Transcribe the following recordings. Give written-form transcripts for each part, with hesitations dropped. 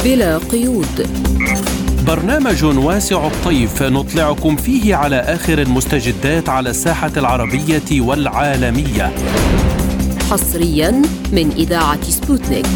بلا قيود، برنامج واسع الطيف نطلعكم فيه على آخر المستجدات على الساحة العربية والعالمية، حصرياً من إذاعة سبوتنيك.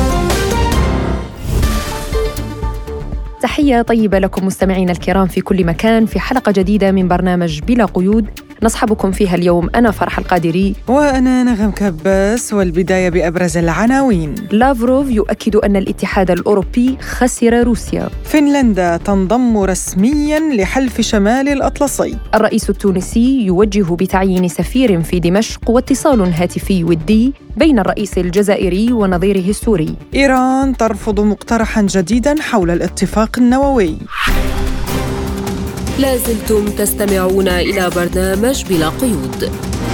تحية طيبة لكم مستمعين الكرام في كل مكان، في حلقة جديدة من برنامج بلا قيود نصحبكم فيها اليوم أنا فرح القادري وأنا نغم كباس. والبداية بأبرز العناوين. لافروف يؤكد أن الاتحاد الأوروبي خسر روسيا. فنلندا تنضم رسمياً لحلف شمال الأطلسي. الرئيس التونسي يوجه بتعيين سفير في دمشق، واتصال هاتفي ودي بين الرئيس الجزائري ونظيره السوري. إيران ترفض مقترحاً جديداً حول الاتفاق النووي. لازلتم تستمعون إلى برنامج بلا قيود.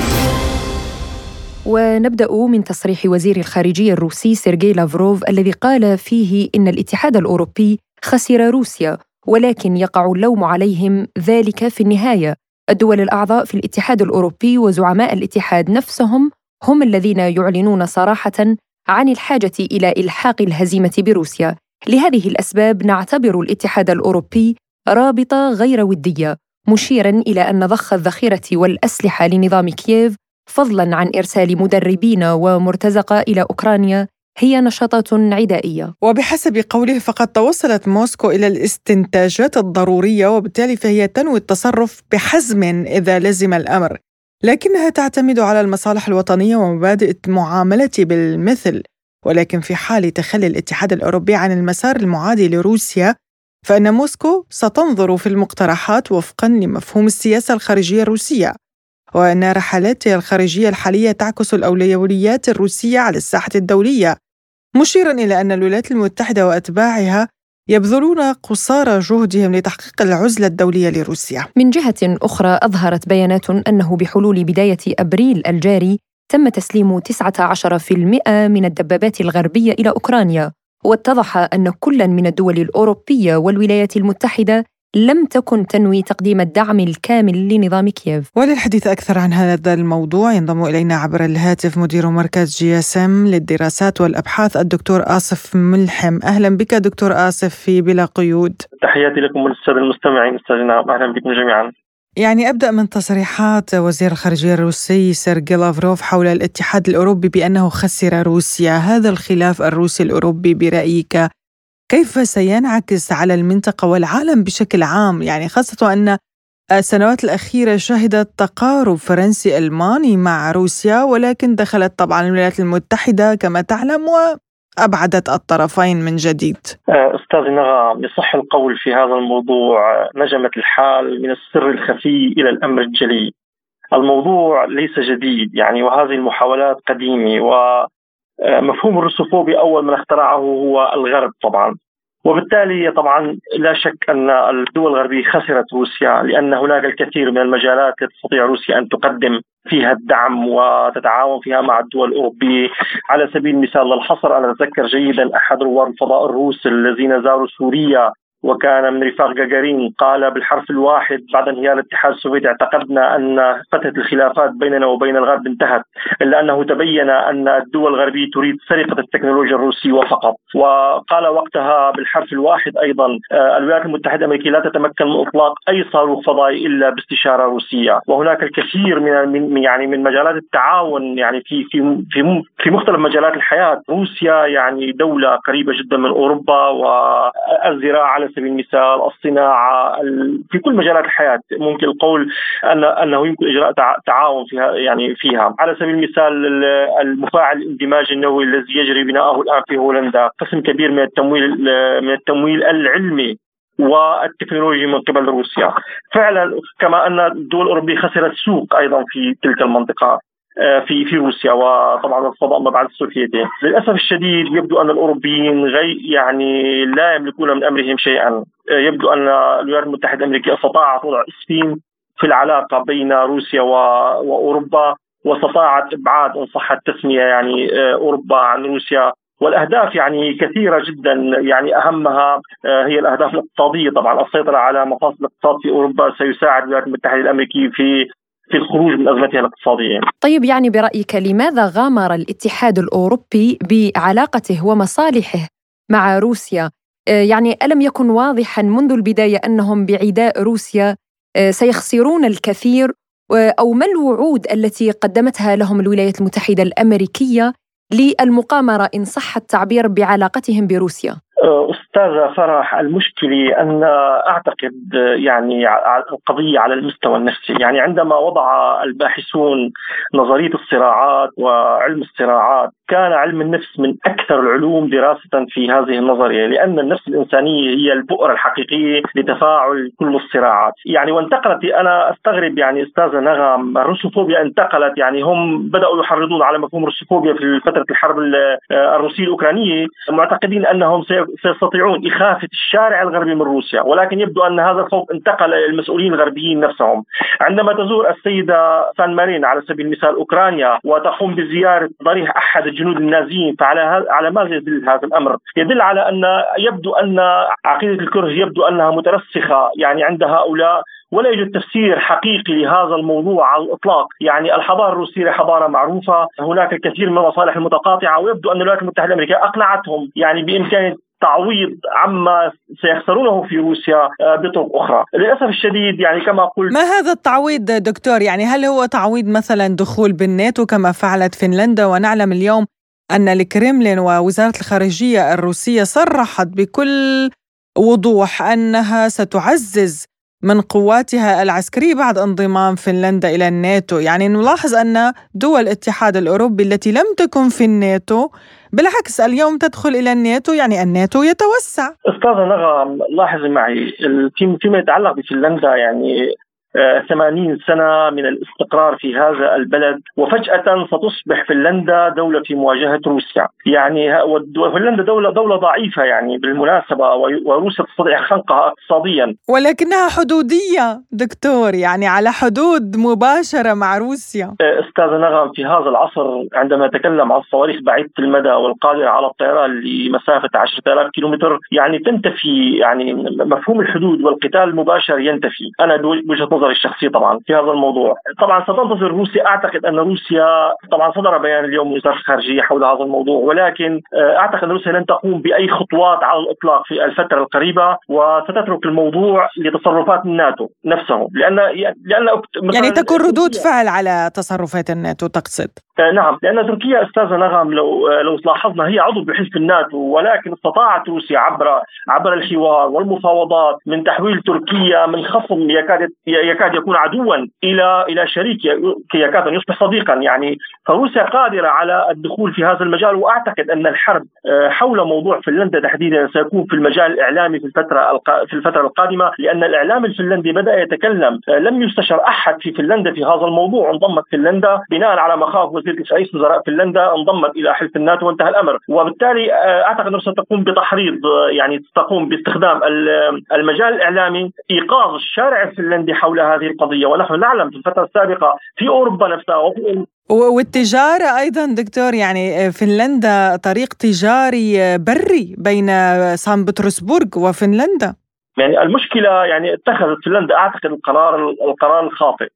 ونبدأ من تصريح وزير الخارجية الروسي سيرغي لافروف الذي قال فيه إن الاتحاد الأوروبي خسر روسيا، ولكن يقع اللوم عليهم ذلك في النهاية. الدول الأعضاء في الاتحاد الأوروبي وزعماء الاتحاد نفسهم هم الذين يعلنون صراحة عن الحاجة إلى إلحاق الهزيمة بروسيا. لهذه الأسباب نعتبر الاتحاد الأوروبي رابطة غير ودية، مشيراً إلى أن ضخ الذخيرة والأسلحة لنظام كييف فضلاً عن إرسال مدربين ومرتزقة إلى أوكرانيا هي نشاطات عدائية. وبحسب قوله فقد توصلت موسكو إلى الاستنتاجات الضرورية، وبالتالي فهي تنوي التصرف بحزم إذا لزم الأمر، لكنها تعتمد على المصالح الوطنية ومبادئ المعاملة بالمثل. ولكن في حال تخلي الاتحاد الأوروبي عن المسار المعادي لروسيا، فإن موسكو ستنظر في المقترحات وفقاً لمفهوم السياسة الخارجية الروسية، وأن رحلاتها الخارجية الحالية تعكس الأولويات الروسية على الساحة الدولية، مشيراً إلى أن الولايات المتحدة وأتباعها يبذلون قصارى جهدهم لتحقيق العزلة الدولية لروسيا. من جهة أخرى أظهرت بيانات أنه بحلول بداية أبريل الجاري تم تسليم 19% من الدبابات الغربية إلى أوكرانيا، واتضح أن كل من الدول الأوروبية والولايات المتحدة لم تكن تنوي تقديم الدعم الكامل لنظام كييف. وللحديث أكثر عن هذا الموضوع ينضم إلينا عبر الهاتف مدير مركز GSM للدراسات والأبحاث الدكتور آصف ملحم. أهلا بك دكتور آصف في بلا قيود. تحياتي لكم وللسادة المستمعين. أستاذنا أهلا بكم جميعا. يعني أبدأ من تصريحات وزير الخارجية الروسي سيرغي لافروف حول الاتحاد الأوروبي بأنه خسر روسيا. هذا الخلاف الروسي الأوروبي برأيك كيف سينعكس على المنطقة والعالم بشكل عام؟ يعني خاصة أن السنوات الأخيرة شهدت تقارب فرنسي ألماني مع روسيا، ولكن دخلت طبعا الولايات المتحدة كما تعلم وأبعدت الطرفين من جديد. أستاذ نغم، يصح القول في هذا الموضوع نجمت الحال من السر الخفي إلى الأمر الجلي. الموضوع ليس جديد يعني، وهذه المحاولات قديمة، ومفهوم الروسوفوبيا أول من اخترعه هو الغرب طبعا، وبالتالي طبعا لا شك أن الدول الغربية خسرت روسيا، لأن هناك الكثير من المجالات التي تستطيع روسيا أن تقدم فيها الدعم وتتعاون فيها مع الدول الأوروبية. على سبيل المثال للحصر، أنا أتذكر جيدا أحد رواد الفضاء الروس الذين زاروا سوريا وكان من رفاق جاجارين قال بالحرف الواحد بعد انهيار الاتحاد السوفيتي: اعتقدنا أن فترة الخلافات بيننا وبين الغرب انتهت، إلا أنه تبين أن الدول الغربية تريد سرقة التكنولوجيا الروسية فقط. وقال وقتها بالحرف الواحد أيضا: الولايات المتحدة الأمريكية لا تتمكن من إطلاق أي صاروخ فضائي إلا باستشارة روسية. وهناك الكثير من مجالات التعاون يعني في مختلف مجالات الحياة. روسيا يعني دولة قريبة جدا من أوروبا، والزراعة على سبيل المثال، الصناعة، في كل مجالات الحياة ممكن القول أنه يمكن إجراء تعاون فيها. على سبيل المثال المفاعل الاندماج النووي الذي يجري بناؤه الآن في هولندا، قسم كبير من التمويل العلمي والتكنولوجي من قبل روسيا. فعلا كما أن الدول الأوروبية خسرت سوق أيضا في تلك المنطقة في روسيا، وطبعا الفضاء ما بعد السوفيتي. للأسف الشديد يبدو أن الأوروبيين يعني لا يملكون من أمرهم شيئا. يبدو أن الولايات المتحدة الأمريكية استطاعت وضع إسفين في العلاقة بين روسيا وأوروبا، واستطاعت إبعاد إن صح التسمية يعني أوروبا عن روسيا. والأهداف يعني كثيرة جدا، يعني أهمها هي الأهداف الاقتصادية. طبعا السيطرة على مفاصل الاقتصاد في أوروبا سيساعد الولايات المتحدة الأمريكية في الخروج من أزمتها الاقتصادية. طيب يعني برأيك لماذا غامر الاتحاد الأوروبي بعلاقته ومصالحه مع روسيا يعني ألم يكن واضحاً منذ البداية أنهم بعداء روسيا سيخسرون الكثير؟ أو ما الوعود التي قدمتها لهم الولايات المتحدة الأمريكية للمقامرة إن صح التعبير بعلاقتهم بروسيا؟ أستاذة فرح، المشكلة أن أعتقد يعني القضية على المستوى النفسي. يعني عندما وضع الباحثون نظرية الصراعات وعلم الصراعات، كان علم النفس من أكثر العلوم دراسة في هذه النظرية، لأن النفس الإنسانية هي البؤرة الحقيقية لتفاعل كل الصراعات. يعني وانتقلت، أنا أستغرب يعني أستاذة نغم، الروسوفوبيا انتقلت، يعني هم بدأوا يحرضون على مفهوم الروسوفوبيا في فترة الحرب الروسية الأوكرانية، معتقدين أنهم سيستطيعون إخافة الشارع الغربي من روسيا، ولكن يبدو أن هذا الخوف انتقل إلى المسؤولين الغربيين نفسهم. عندما تزور السيدة سان مارين على سبيل المثال أوكرانيا وتقوم بزيارة ضريح أحد الجنود النازيين، فعلى ماذا يدل هذا الأمر؟ يدل على أن يبدو أن عقيدة الكره يبدو أنها مترسخة يعني عند هؤلاء، ولا يوجد تفسير حقيقي لهذا الموضوع على الإطلاق. يعني الحضارة الروسية حضارة معروفة، هناك الكثير من المصالح المتقاطعة، ويبدو أن الولايات المتحدة الأمريكية أقنعتهم يعني بإمكان تعويض عما سيخسرونه في روسيا بطرق أخرى. للأسف الشديد يعني كما قلت، ما هذا التعويض دكتور؟ يعني هل هو تعويض مثلا دخول بالناتو كما فعلت فنلندا؟ ونعلم اليوم أن الكرملين ووزارة الخارجية الروسية صرحت بكل وضوح أنها ستعزز من قواتها العسكرية بعد انضمام فنلندا إلى الناتو. يعني نلاحظ أن دول الاتحاد الأوروبي التي لم تكن في الناتو بالعكس اليوم تدخل إلى الناتو، يعني الناتو يتوسع. أستاذة نغم، لاحظي معي فيما يتعلق بفنلندا، يعني 80 سنة من الاستقرار في هذا البلد، وفجأة ستصبح فنلندا دولة في مواجهة روسيا. يعني فنلندا دولة ضعيفة يعني بالمناسبة، وروسيا تستطيع خنقها اقتصاديا، ولكنها حدودية دكتور، يعني على حدود مباشرة مع روسيا. أستاذ نغم، في هذا العصر عندما نتكلم عن الصواريخ بعيدة المدى والقادرة على الطيران لمسافة 10,000 كيلومتر، يعني تنتفي يعني مفهوم الحدود والقتال المباشر ينتفي. أنا بوجهة نظري الشخصية طبعا في هذا الموضوع، طبعا ستنتظر روسيا. أعتقد أن روسيا طبعا صدر بيان اليوم من وزارة الخارجية حول هذا الموضوع، ولكن أعتقد أن روسيا لن تقوم بأي خطوات على الإطلاق في الفترة القريبة، وستترك الموضوع لتصرفات الناتو نفسه، لأن يعني تكون ردود فعل على تصرفات الناتو تقصد؟ نعم، لأن تركيا أستاذة نغم لو لاحظنا هي عضو بحلف الناتو، ولكن استطاعت روسيا عبر الحوار والمفاوضات من تحويل تركيا من خصم يكاد يكون عدوا إلى شريك يكاد أن يصبح صديقا. يعني فروسيا قادرة على الدخول في هذا المجال، وأعتقد أن الحرب حول موضوع فنلندا تحديدا سيكون في المجال الإعلامي في الفترة القادمة، لأن الإعلام الفنلندي بدأ يتكلم. لم يستشر أحد في فنلندا في هذا الموضوع، انضمت فنلندا بناء على مخاوف رئيس وزراء فنلندا، انضمت إلى حلف الناتو وانتهى الأمر. وبالتالي أعتقد أنها ستقوم بتحريض، يعني تقوم باستخدام المجال الإعلامي إيقاظ الشارع الفنلندي حول هذه القضية. ونحن نعلم في الفترة السابقة في أوروبا نفسها والتجارة أيضا دكتور، يعني فنلندا طريق تجاري بري بين سان بطرسبورغ وفنلندا. يعني المشكلة يعني اتخذت فنلندا أعتقد القرار الخاطئ،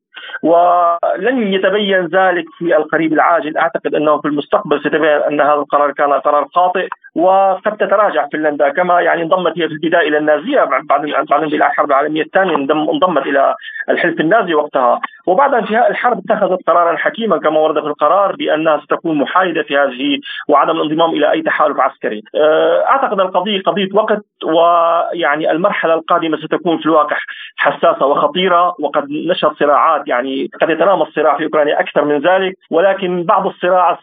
ولن يتبين ذلك في القريب العاجل. أعتقد أنه في المستقبل سيتبين أن هذا القرار كان قرار خاطئ، وقد تتراجع فنلندا. كما يعني انضمت هي في البداية إلى النازية، بعد اندلاع الحرب العالمية الثانية انضمت إلى الحلف النازي وقتها، وبعد انتهاء الحرب اتخذت قرارا حكيما كما ورد في القرار بأنها ستكون محايدة في هذه وعدم الانضمام إلى أي تحالف عسكري. أعتقد القضية قضية وقت، ويعني المرحلة القادمة ستكون في الواقع حساسة وخطيرة، وقد نشهد صراعات، يعني قد يتنامى الصراع في أوكرانيا أكثر من ذلك، ولكن بعض الصراعات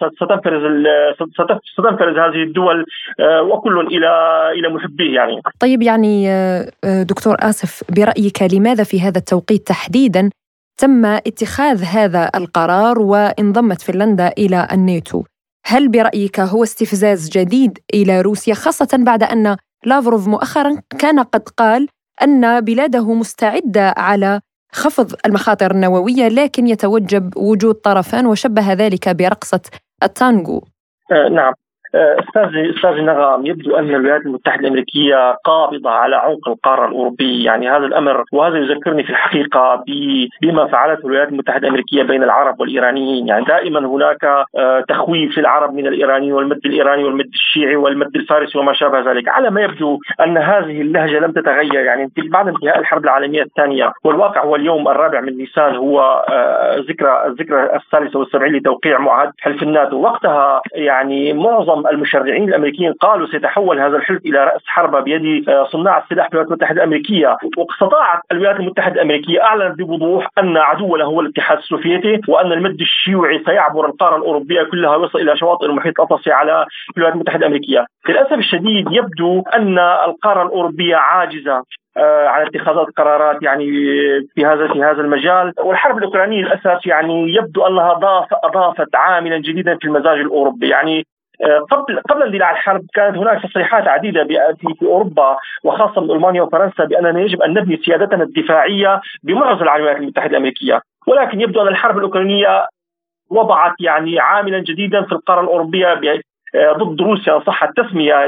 ستنفرز هذه الدول وكل إلى محبيه. يعني طيب، يعني دكتور آسف، برأيك لماذا في هذا التوقيت تحديداً تم اتخاذ هذا القرار وانضمت فنلندا إلى الناتو؟ هل برأيك هو استفزاز جديد إلى روسيا، خاصة بعد أن لافروف مؤخراً كان قد قال أن بلاده مستعدة على خفض المخاطر النووية، لكن يتوجب وجود طرفان، وشبه ذلك برقصة التانغو؟ نعم، أستاذ نغم، يبدو أن الولايات المتحدة الأمريكية قابضة على عنق القارة الأوروبية. يعني هذا الأمر، وهذا يذكرني في الحقيقة بما فعلته الولايات المتحدة الأمريكية بين العرب والإيرانيين. يعني دائما هناك تخويف للعرب من الإيرانيين والمد الإيراني والمد الشيعي والمد الفارسي وما شابه ذلك. على ما يبدو أن هذه اللهجة لم تتغير يعني بعد انتهاء الحرب العالمية الثانية، والواقع هو اليوم 4 نيسان هو الذكرى 73 لتوقيع معاهدة حلف الناتو. وقتها يعني معظم المشرعين الأمريكيين قالوا سيتحول هذا الحلف إلى رأس حربة بيد صناع السلاح في الولايات المتحدة الأمريكية. واستطاعت الولايات المتحدة الأمريكية أعلنت بوضوح أن عدوها هو الاتحاد السوفيتي، وأن المد الشيوعي سيعبر القارة الأوروبية كلها ويصل إلى شواطئ المحيط الأطلسي على الولايات المتحدة الأمريكية. للأسف الشديد يبدو أن القارة الأوروبية عاجزة على اتخاذ قرارات يعني في هذا المجال. والحرب الأوكرانية للأسف يعني يبدو أنها أضافت عاملا جديدا في المزاج الأوروبي. يعني قبل اندلاع الحرب كانت هناك تصريحات عديدة في أوروبا وخاصة من ألمانيا وفرنسا بأننا يجب أن نبني سيادتنا الدفاعية بمعزل عن الولايات المتحدة الأمريكية. ولكن يبدو أن الحرب الأوكرانية وضعت يعني عاملا جديدا في القارة الأوروبية ضد روسيا صح التسمية.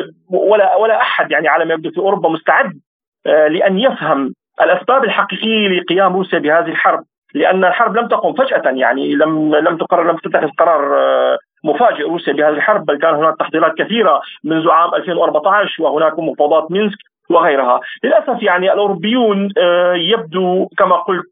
ولا أحد يعني على ما يبدو في أوروبا مستعد لأن يفهم الأسباب الحقيقية لقيام روسيا بهذه الحرب، لأن الحرب لم تقم فجأة. يعني لم تتخذ قرار مفاجئ روسيا بهذه الحرب، بل كان هناك تحضيرات كثيرة منذ عام 2014 وهناك مفاوضات مينسك وغيرها. للأسف يعني الأوروبيون يبدو كما قلت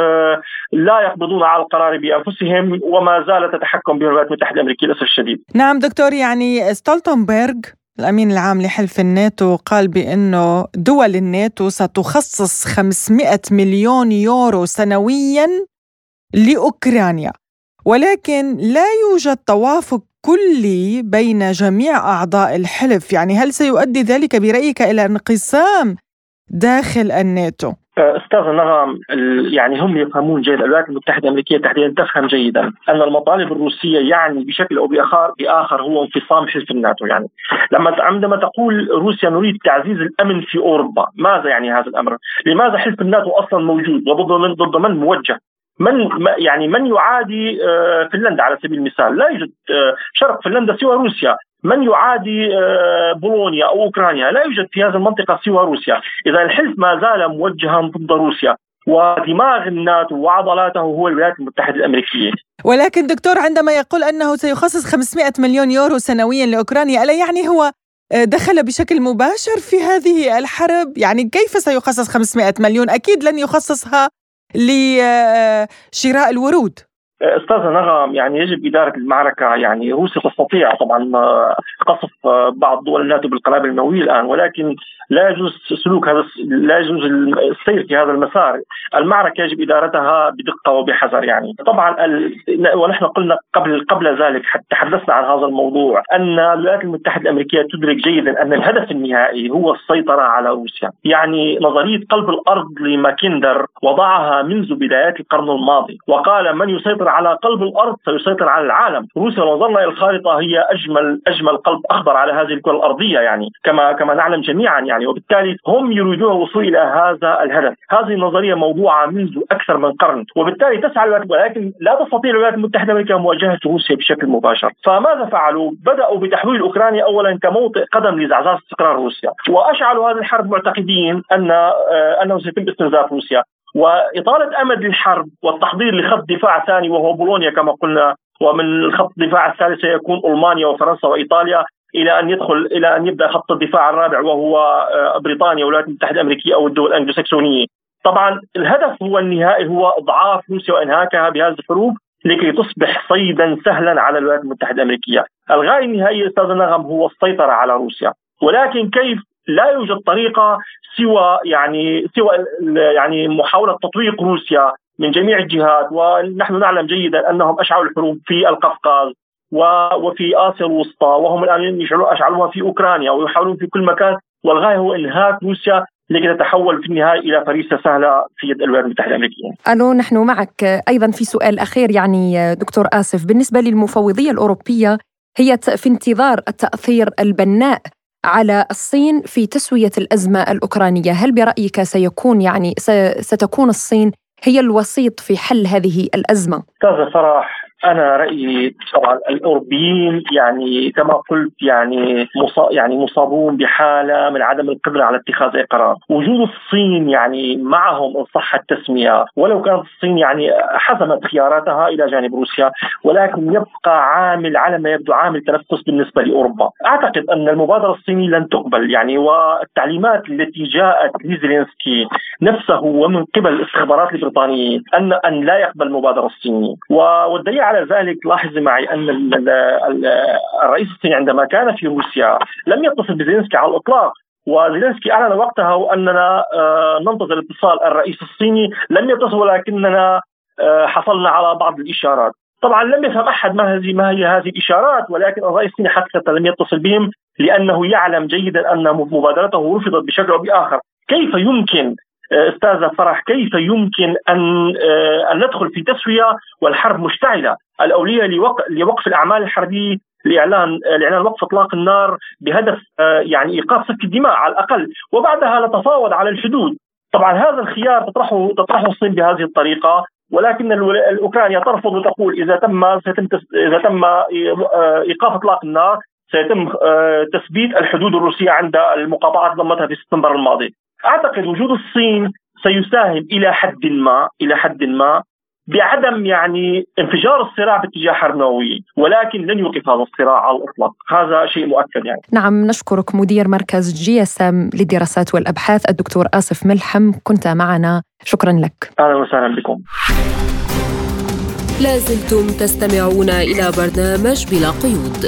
لا يقبضون على القرار بأنفسهم، وما زالت تتحكم به الولايات المتحدة الأمريكية للأسف الشديد. نعم دكتور، يعني ستولتنبرغ الأمين العام لحلف الناتو قال بأنه دول الناتو ستخصص 500 مليون يورو سنويا لأوكرانيا، ولكن لا يوجد توافق كلي بين جميع أعضاء الحلف. يعني هل سيؤدي ذلك برأيك إلى انقسام داخل الناتو؟ أستاذ نغم، يعني هم يفهمون جيدا، الولايات المتحدة الأمريكية تحديدا تفهم جيدا أن المطالب الروسية يعني بشكل أو بآخر هو انفصام حلف الناتو. يعني عندما تقول روسيا نريد تعزيز الأمن في أوروبا، ماذا يعني هذا الأمر؟ لماذا حلف الناتو أصلا موجود وضد من موجه؟ من يعادي فنلندا على سبيل المثال؟ لا يوجد شرق فنلندا سوى روسيا. من يعادي بولونيا أو أوكرانيا؟ لا يوجد في هذه المنطقة سوى روسيا. إذا الحلف ما زال موجها ضد روسيا، ودماغ الناتو وعضلاته هو الولايات المتحدة الأمريكية. ولكن دكتور، عندما يقول أنه سيخصص 500 مليون يورو سنويا لأوكرانيا، ألا يعني هو دخل بشكل مباشر في هذه الحرب؟ يعني كيف سيخصص 500 مليون؟ أكيد لن يخصصها لشراء الورود. أستاذ نغم، يعني يجب إدارة المعركة. يعني روسيا تستطيع طبعا قصف بعض دول الناتو بالقنابل النووية الآن، ولكن لا يجوز لا يجوز السير في هذا المسار. المعركة يجب إدارتها بدقة وبحذر. يعني طبعا ونحن قلنا قبل ذلك حتى تحدثنا عن هذا الموضوع أن الولايات المتحدة الأمريكية تدرك جيدا أن الهدف النهائي هو السيطرة على روسيا. يعني نظرية قلب الأرض لماكندر وضعها منذ بدايات القرن الماضي، وقال من يسيطر على قلب الأرض سيسيطر على العالم. روسيا لو نظرنا إلى الخارطة هي أجمل قلب أخضر على هذه الكرة الأرضية، يعني كما نعلم جميعا. يعني وبالتالي هم يريدون الوصول إلى هذا الهدف. هذه النظرية موضوعة منذ أكثر من قرن، وبالتالي تسعى الولايات، ولكن لا تستطيع الولايات المتحدة الأمريكية مواجهة روسيا بشكل مباشر. فماذا فعلوا؟ بدأوا بتحويل أوكرانيا أولا كموطئ قدم لزعزعة استقرار روسيا، وأشعلوا هذه الحرب معتقدين أنه سيتم استنزاف روسيا وإطالة أمد الحرب والتحضير لخط دفاع ثاني وهو بولونيا كما قلنا، ومن خط الدفاع الثالث سيكون ألمانيا وفرنسا وإيطاليا، إلى أن يبدأ خط الدفاع الرابع وهو بريطانيا والولايات المتحدة الأمريكية أو الدول الأنجلوساكسونية. طبعا الهدف هو النهائي هو إضعاف روسيا وإنهاكها بهذه الحروب لكي تصبح صيدا سهلا على الولايات المتحدة الأمريكية. الغاية النهائية أستاذ نغم هو السيطرة على روسيا، ولكن كيف؟ لا يوجد طريقة سوى محاولة تطويق روسيا من جميع الجهات. ونحن نعلم جيدا أنهم أشعلوا الحروب في القفقاز وفي آسيا الوسطى، وهم الآن أشعلوها في أوكرانيا ويحاولون في كل مكان، والغاية هو إنهاك روسيا لكي تتحول في النهاية إلى فريسة سهلة في يد الولايات المتحدة الأمريكية. ألو، نحن معك أيضا في سؤال أخير يعني دكتور آسف. بالنسبة للمفوضية الأوروبية، هي في انتظار التأثير البناء على الصين في تسوية الأزمة الأوكرانية. هل برأيك ستكون الصين هي الوسيط في حل هذه الأزمة؟ أستاذ فرح، أنا رأيي طبعا الأوروبيين يعني كما قلت يعني مصابون بحالة من عدم القدرة على اتخاذ أي قرار. وجود الصين يعني معهم إن صح التسمية، ولو كانت الصين يعني حسمت خياراتها إلى جانب روسيا، ولكن يبقى عامل على ما يبدو عامل تنفس بالنسبة لأوروبا. أعتقد أن المبادرة الصينية لن تقبل يعني، والتعليمات التي جاءت لزيلينسكي نفسه ومن قبل الاستخبارات البريطانية أن لا يقبل المبادرة الصينية. والدليل على ذلك لاحظي معي أن الرئيس الصيني عندما كان في روسيا لم يتصل بزيلينسكي على الإطلاق، وزيلينسكي أعلن وقتها وأننا ننتظر اتصال الرئيس الصيني، لم يتصل ولكننا حصلنا على بعض الإشارات. طبعا لم يفهم أحد ما هي هذه الإشارات، ولكن الرئيس الصيني حقيقة لم يتصل بهم لأنه يعلم جيدا أن مبادرته رفضت بشكل أو بآخر. كيف يمكن أستاذة فرح كيف يمكن أن ندخل في تسوية والحرب مشتعلة؟ الأولية لوقف الأعمال الحربية، لإعلان وقف إطلاق النار بهدف يعني إيقاف سفك الدماء على الأقل، وبعدها نتفاوض على الحدود. طبعا هذا الخيار تطرحه الصين بهذه الطريقة، ولكن الأوكرانيا ترفض وتقول إذا تم إيقاف إطلاق النار سيتم تثبيت الحدود الروسية عند المقاطعات ضمتها في سبتمبر الماضي. أعتقد وجود الصين سيساهم إلى حد ما بعدم يعني انفجار الصراع باتجاه حرب نووية، ولكن لن يوقف هذا الصراع على الإطلاق، هذا شيء مؤكد يعني. نعم، نشكرك مدير مركز GSM للدراسات والأبحاث الدكتور آصف ملحم، كنت معنا، شكرا لك. أهلا وسهلا بكم. لازلتم تستمعون إلى برنامج بلا قيود.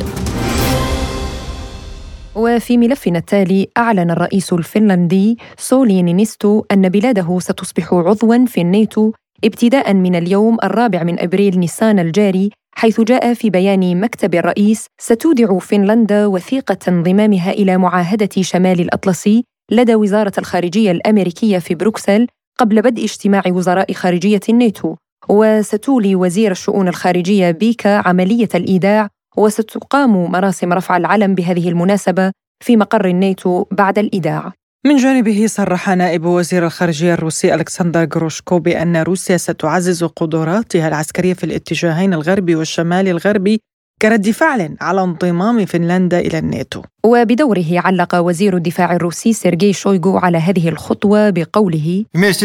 وفي ملفنا التالي، أعلن الرئيس الفنلندي سولي نينستو أن بلاده ستصبح عضواً في الناتو ابتداءً من اليوم 4 أبريل نيسان الجاري، حيث جاء في بيان مكتب الرئيس: ستودع فنلندا وثيقة انضمامها إلى معاهدة شمال الأطلسي لدى وزارة الخارجية الأمريكية في بروكسل قبل بدء اجتماع وزراء خارجية الناتو. وستولي وزير الشؤون الخارجية بيكا عملية الإيداع، وستقام مراسم رفع العلم بهذه المناسبة في مقر الناتو بعد الإيداع. من جانبه صرح نائب وزير الخارجية الروسي ألكسندر غروشكو بأن روسيا ستعزز قدراتها العسكرية في الاتجاهين الغربي والشمالي الغربي كرد فعل على انضمام فنلندا إلى الناتو. وبدوره علق وزير الدفاع الروسي سيرجي شويغو على هذه الخطوة بقوله: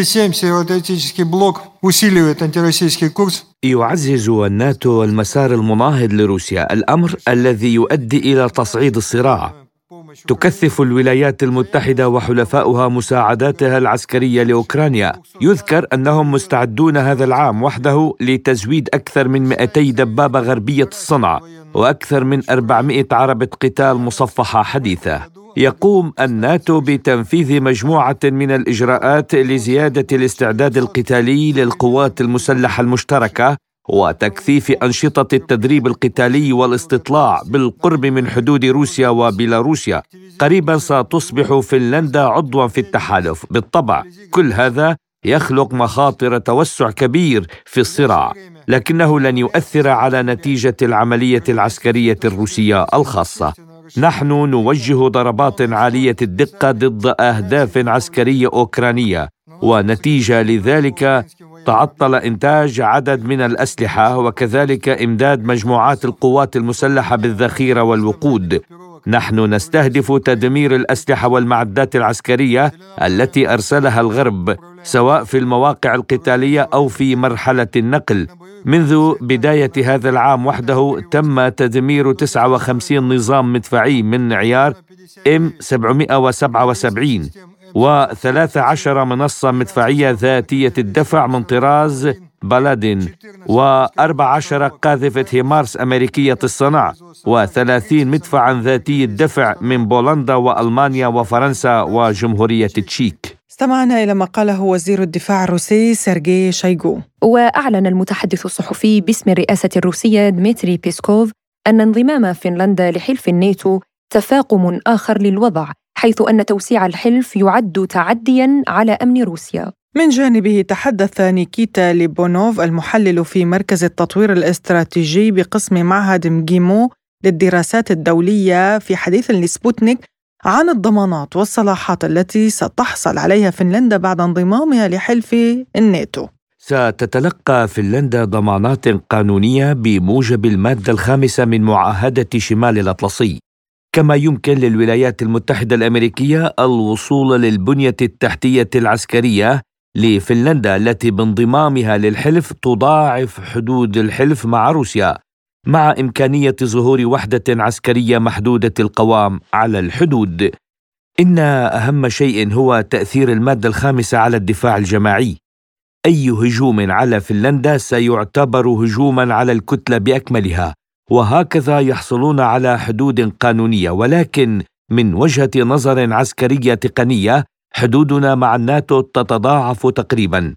يعزز الناتو المسار المناهض لروسيا، الأمر الذي يؤدي إلى تصعيد الصراع. تكثف الولايات المتحدة وحلفاؤها مساعداتها العسكرية لأوكرانيا. يذكر أنهم مستعدون هذا العام وحده لتزويد أكثر من 200 دبابة غربية الصنع وأكثر من 400 عربة قتال مصفحة حديثة. يقوم الناتو بتنفيذ مجموعة من الإجراءات لزيادة الاستعداد القتالي للقوات المسلحة المشتركة وتكثيف أنشطة التدريب القتالي والاستطلاع بالقرب من حدود روسيا وبيلاروسيا. قريبا ستصبح فنلندا عضوا في التحالف. بالطبع كل هذا يخلق مخاطر توسع كبير في الصراع، لكنه لن يؤثر على نتيجة العملية العسكرية الروسية الخاصة. نحن نوجه ضربات عالية الدقة ضد أهداف عسكرية أوكرانية، ونتيجة لذلك تعطل إنتاج عدد من الأسلحة وكذلك إمداد مجموعات القوات المسلحة بالذخيرة والوقود. نحن نستهدف تدمير الأسلحة والمعدات العسكرية التي أرسلها الغرب، سواء في المواقع القتالية أو في مرحلة النقل. منذ بداية هذا العام وحده تم تدمير 59 نظام مدفعي من عيار M777 و13 منصة مدفعية ذاتية الدفع من طراز بلادين، و14 قاذفة هيمارس أمريكية الصنع، و30 مدفعا ذاتي الدفع من بولندا وألمانيا وفرنسا وجمهورية التشيك. استمعنا إلى ما قاله وزير الدفاع الروسي سيرجي شويغو. وأعلن المتحدث الصحفي باسم الرئاسة الروسية دميتري بيسكوف أن انضمام فنلندا لحلف الناتو تفاقم آخر للوضع، حيث أن توسيع الحلف يعد تعدياً على أمن روسيا. من جانبه تحدث نيكيتا ليبونوف المحلل في مركز التطوير الاستراتيجي بقسم معهد مجيمو للدراسات الدولية في حديث لسبوتنيك عن الضمانات والصلاحات التي ستحصل عليها فنلندا بعد انضمامها لحلف الناتو. ستتلقى فنلندا ضمانات قانونية بموجب المادة 5 من معاهدة شمال الأطلسي، كما يمكن للولايات المتحدة الأمريكية الوصول للبنية التحتية العسكرية لفنلندا التي بانضمامها للحلف تضاعف حدود الحلف مع روسيا، مع إمكانية ظهور وحدة عسكرية محدودة القوام على الحدود. إن أهم شيء هو تأثير المادة 5 على الدفاع الجماعي. أي هجوم على فنلندا سيعتبر هجوما على الكتلة بأكملها، وهكذا يحصلون على حدود قانونية. ولكن من وجهة نظر عسكرية تقنية حدودنا مع الناتو تتضاعف تقريبا،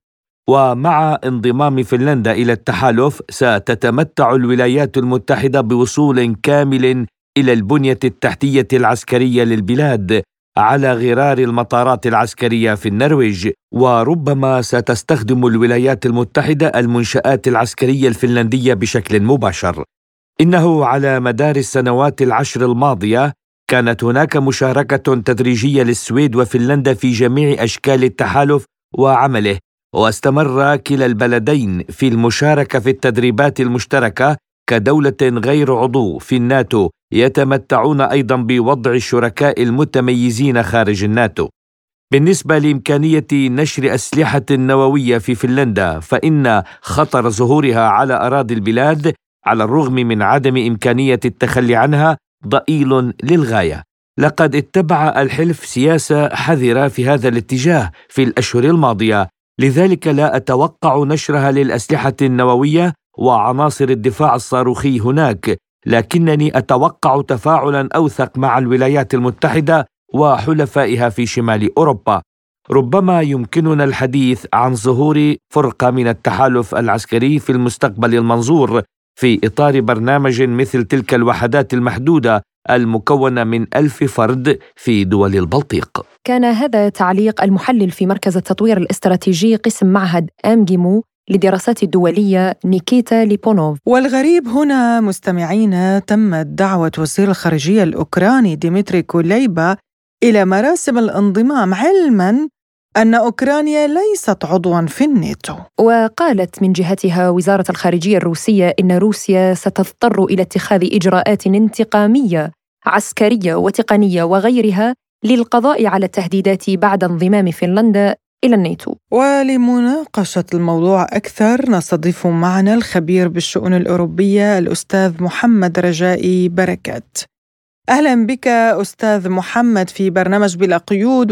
ومع انضمام فنلندا إلى التحالف ستتمتع الولايات المتحدة بوصول كامل إلى البنية التحتية العسكرية للبلاد على غرار المطارات العسكرية في النرويج، وربما ستستخدم الولايات المتحدة المنشآت العسكرية الفنلندية بشكل مباشر. إنه على مدار السنوات 10 الماضية كانت هناك مشاركة تدريجية للسويد وفنلندا في جميع أشكال التحالف وعمله، واستمر كلا البلدين في المشاركة في التدريبات المشتركة كدولة غير عضو في الناتو، يتمتعون أيضا بوضع الشركاء المتميزين خارج الناتو. بالنسبة لإمكانية نشر أسلحة نووية في فنلندا، فإن خطر ظهورها على أراضي البلاد على الرغم من عدم إمكانية التخلي عنها ضئيل للغاية. لقد اتبع الحلف سياسة حذرة في هذا الاتجاه في الأشهر الماضية، لذلك لا أتوقع نشرها للأسلحة النووية وعناصر الدفاع الصاروخي هناك، لكنني أتوقع تفاعلا أوثق مع الولايات المتحدة وحلفائها في شمال أوروبا. ربما يمكننا الحديث عن ظهور فرقة من التحالف العسكري في المستقبل المنظور في إطار برنامج مثل تلك الوحدات المحدودة المكونة من 1000 فرد في دول البلطيق. كان هذا تعليق المحلل في مركز التطوير الاستراتيجي قسم معهد أمجيمو للدراسات الدولية نيكيتا ليبونوف. والغريب هنا مستمعين تمت دعوة وزير الخارجية الأوكراني ديمتري كوليبا إلى مراسم الانضمام، علماً أن أوكرانيا ليست عضواً في الناتو. وقالت من جهتها وزارة الخارجية الروسية إن روسيا ستضطر إلى اتخاذ إجراءات انتقامية عسكرية وتقنية وغيرها للقضاء على التهديدات بعد انضمام فنلندا إلى الناتو. ولمناقشة الموضوع أكثر نستضيف معنا الخبير بالشؤون الأوروبية الأستاذ محمد رجائي بركات. أهلا بك أستاذ محمد في برنامج بلا قيود،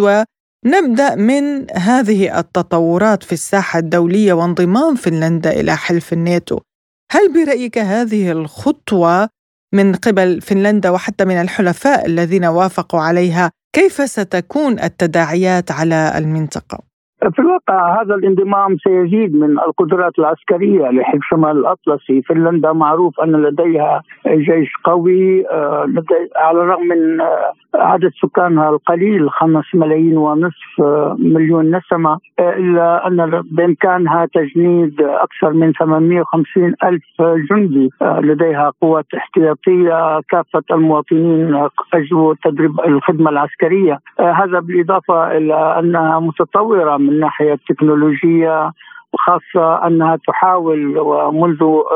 ونبدأ من هذه التطورات في الساحة الدولية وانضمام فنلندا إلى حلف الناتو. هل برأيك هذه الخطوة من قبل فنلندا وحتى من الحلفاء الذين وافقوا عليها كيف ستكون التداعيات على المنطقة؟ في الواقع هذا الانضمام سيزيد من القدرات العسكرية لحلف شمال الأطلسي. فنلندا معروف أن لديها جيش قوي، على الرغم من عدد سكانها القليل 5.5 مليون نسمة، إلا أن بإمكانها تجنيد أكثر من 850 ألف جندي. لديها قوات احتياطية، كافة المواطنين أجروا تدريب الخدمة العسكرية. هذا بالإضافة إلى أنها متطورة من ناحية التكنولوجيا، وخاصة أنها تحاول ومنذ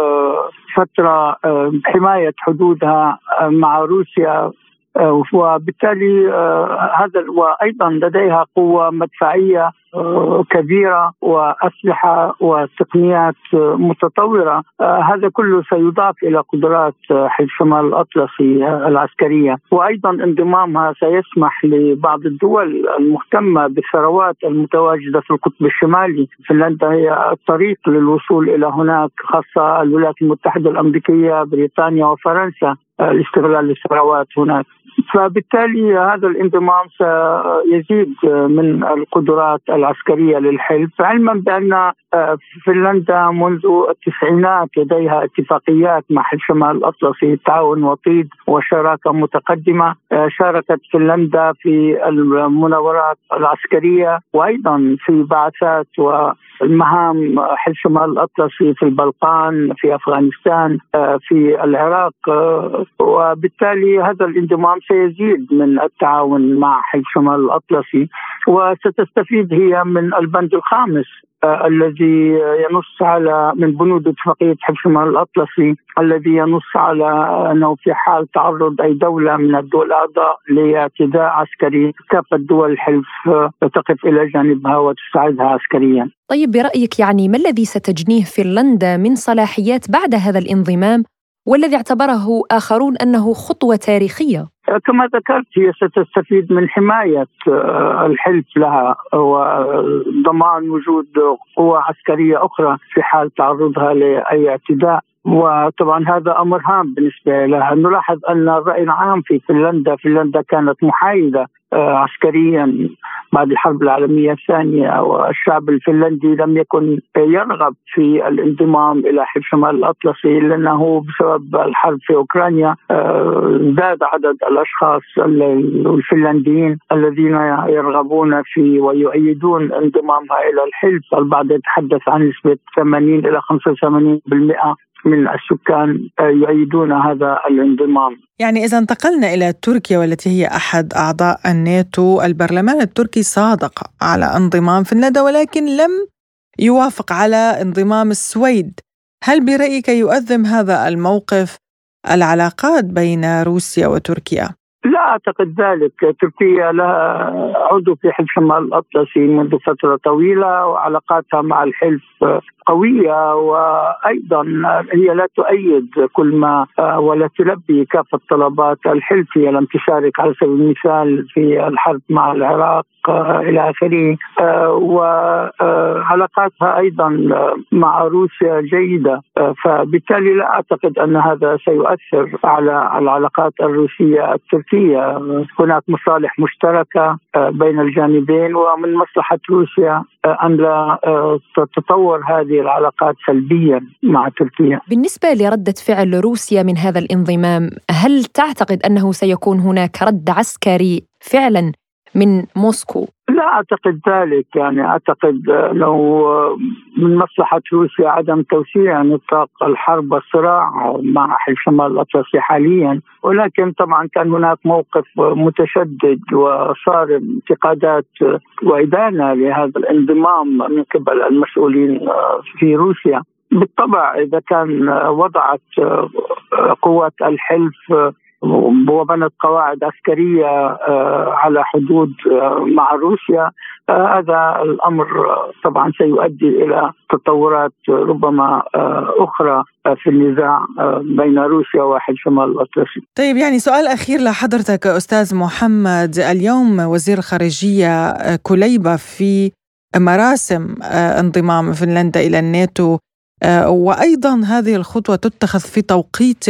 فترة حماية حدودها مع روسيا، وبالتالي هذا وأيضا لديها قوة مدفعية كبيرة وأسلحة وتقنيات متطورة. هذا كله سيضاف إلى قدرات حلف شمال الأطلسي العسكرية. وأيضا انضمامها سيسمح لبعض الدول المهتمة بالثروات المتواجدة في القطب الشمالي. فنلندا هي الطريق للوصول إلى هناك، خاصة الولايات المتحدة الأمريكية، بريطانيا وفرنسا، لاستغلال الثروات هناك. فبالتالي هذا الانضمام سيزيد من القدرات العسكرية للحلف، علما بأن فنلندا منذ التسعينات لديها اتفاقيات مع حلف شمال الأطلسي، تعاون وطيد وشراكة متقدمة. شاركت فنلندا في المناورات العسكرية وأيضا في بعثات والمهام حلف شمال الأطلسي في البلقان، في أفغانستان، في العراق. وبالتالي هذا الانضمام سيزيد من التعاون مع حلف شمال الأطلسي، وستستفيد هي من البند 5 الذي ينص على من بنود اتفاقية حلف شمال الأطلسي الذي ينص على أنه في حال تعرض أي دولة من الدول الأعضاء لاعتداء عسكري كافة دول الحلف تقف إلى جانبها وتساعدها عسكريا. طيب برأيك يعني ما الذي ستجنيه فنلندا من صلاحيات بعد هذا الانضمام والذي اعتبره آخرون أنه خطوة تاريخية؟ كما ذكرت هي ستستفيد من حماية الحلف لها وضمان وجود قوى عسكرية أخرى في حال تعرضها لأي اعتداء، وطبعا هذا أمر هام بالنسبة لها. نلاحظ أن الرأي العام في فنلندا كانت محايدة عسكريا بعد الحرب العالمية الثانية، والشعب الفنلندي لم يكن يرغب في الانضمام إلى حلف شمال الأطلسي لأنه بسبب الحرب في أوكرانيا زاد عدد الأشخاص الفنلنديين الذين يرغبون في ويؤيدون انضمامها إلى الحلف. البعض يتحدث عن نسبة 80 إلى 85% من السكان يؤيدون هذا الانضمام. يعني إذا انتقلنا إلى تركيا والتي هي أحد أعضاء الناتو، البرلمان التركي صادق على انضمام فنلندا ولكن لم يوافق على انضمام السويد. هل برأيك يؤذم هذا الموقف العلاقات بين روسيا وتركيا؟ لا أعتقد ذلك. تركيا لها عضو في حلف شمال الأطلسي منذ فترة طويلة وعلاقاتها مع الحلف قوية، وأيضا هي لا تؤيد كل ما ولا تلبي كافة طلبات الحلف. هي لم تشارك على سبيل المثال في الحرب مع العراق إلى آخره، وعلاقاتها أيضا مع روسيا جيدة، فبالتالي لا أعتقد أن هذا سيؤثر على العلاقات الروسية التركية. هناك مصالح مشتركة بين الجانبين، ومن مصلحة روسيا أن لا تتطور هذه العلاقات سلبيا مع تركيا. بالنسبة لردة فعل روسيا من هذا الانضمام، هل تعتقد أنه سيكون هناك رد عسكري فعلا من موسكو؟ لا أعتقد ذلك. يعني أعتقد لو من مصلحة روسيا عدم توسيع نطاق الحرب والصراع مع حلف شمال الأطلسي حاليا، ولكن طبعا كان هناك موقف متشدد وصارم انتقادات وإدانة لهذا الانضمام من قبل المسؤولين في روسيا. بالطبع إذا كان وضعت قوات الحلف وبنت قواعد عسكرية على حدود مع روسيا، هذا الأمر طبعا سيؤدي إلى تطورات ربما أخرى في النزاع بين روسيا وحلف شمال الأطلسي. طيب يعني سؤال أخير لحضرتك أستاذ محمد. اليوم وزير الخارجية كليبا في مراسم انضمام فنلندا إلى الناتو، وأيضا هذه الخطوة تتخذ في توقيت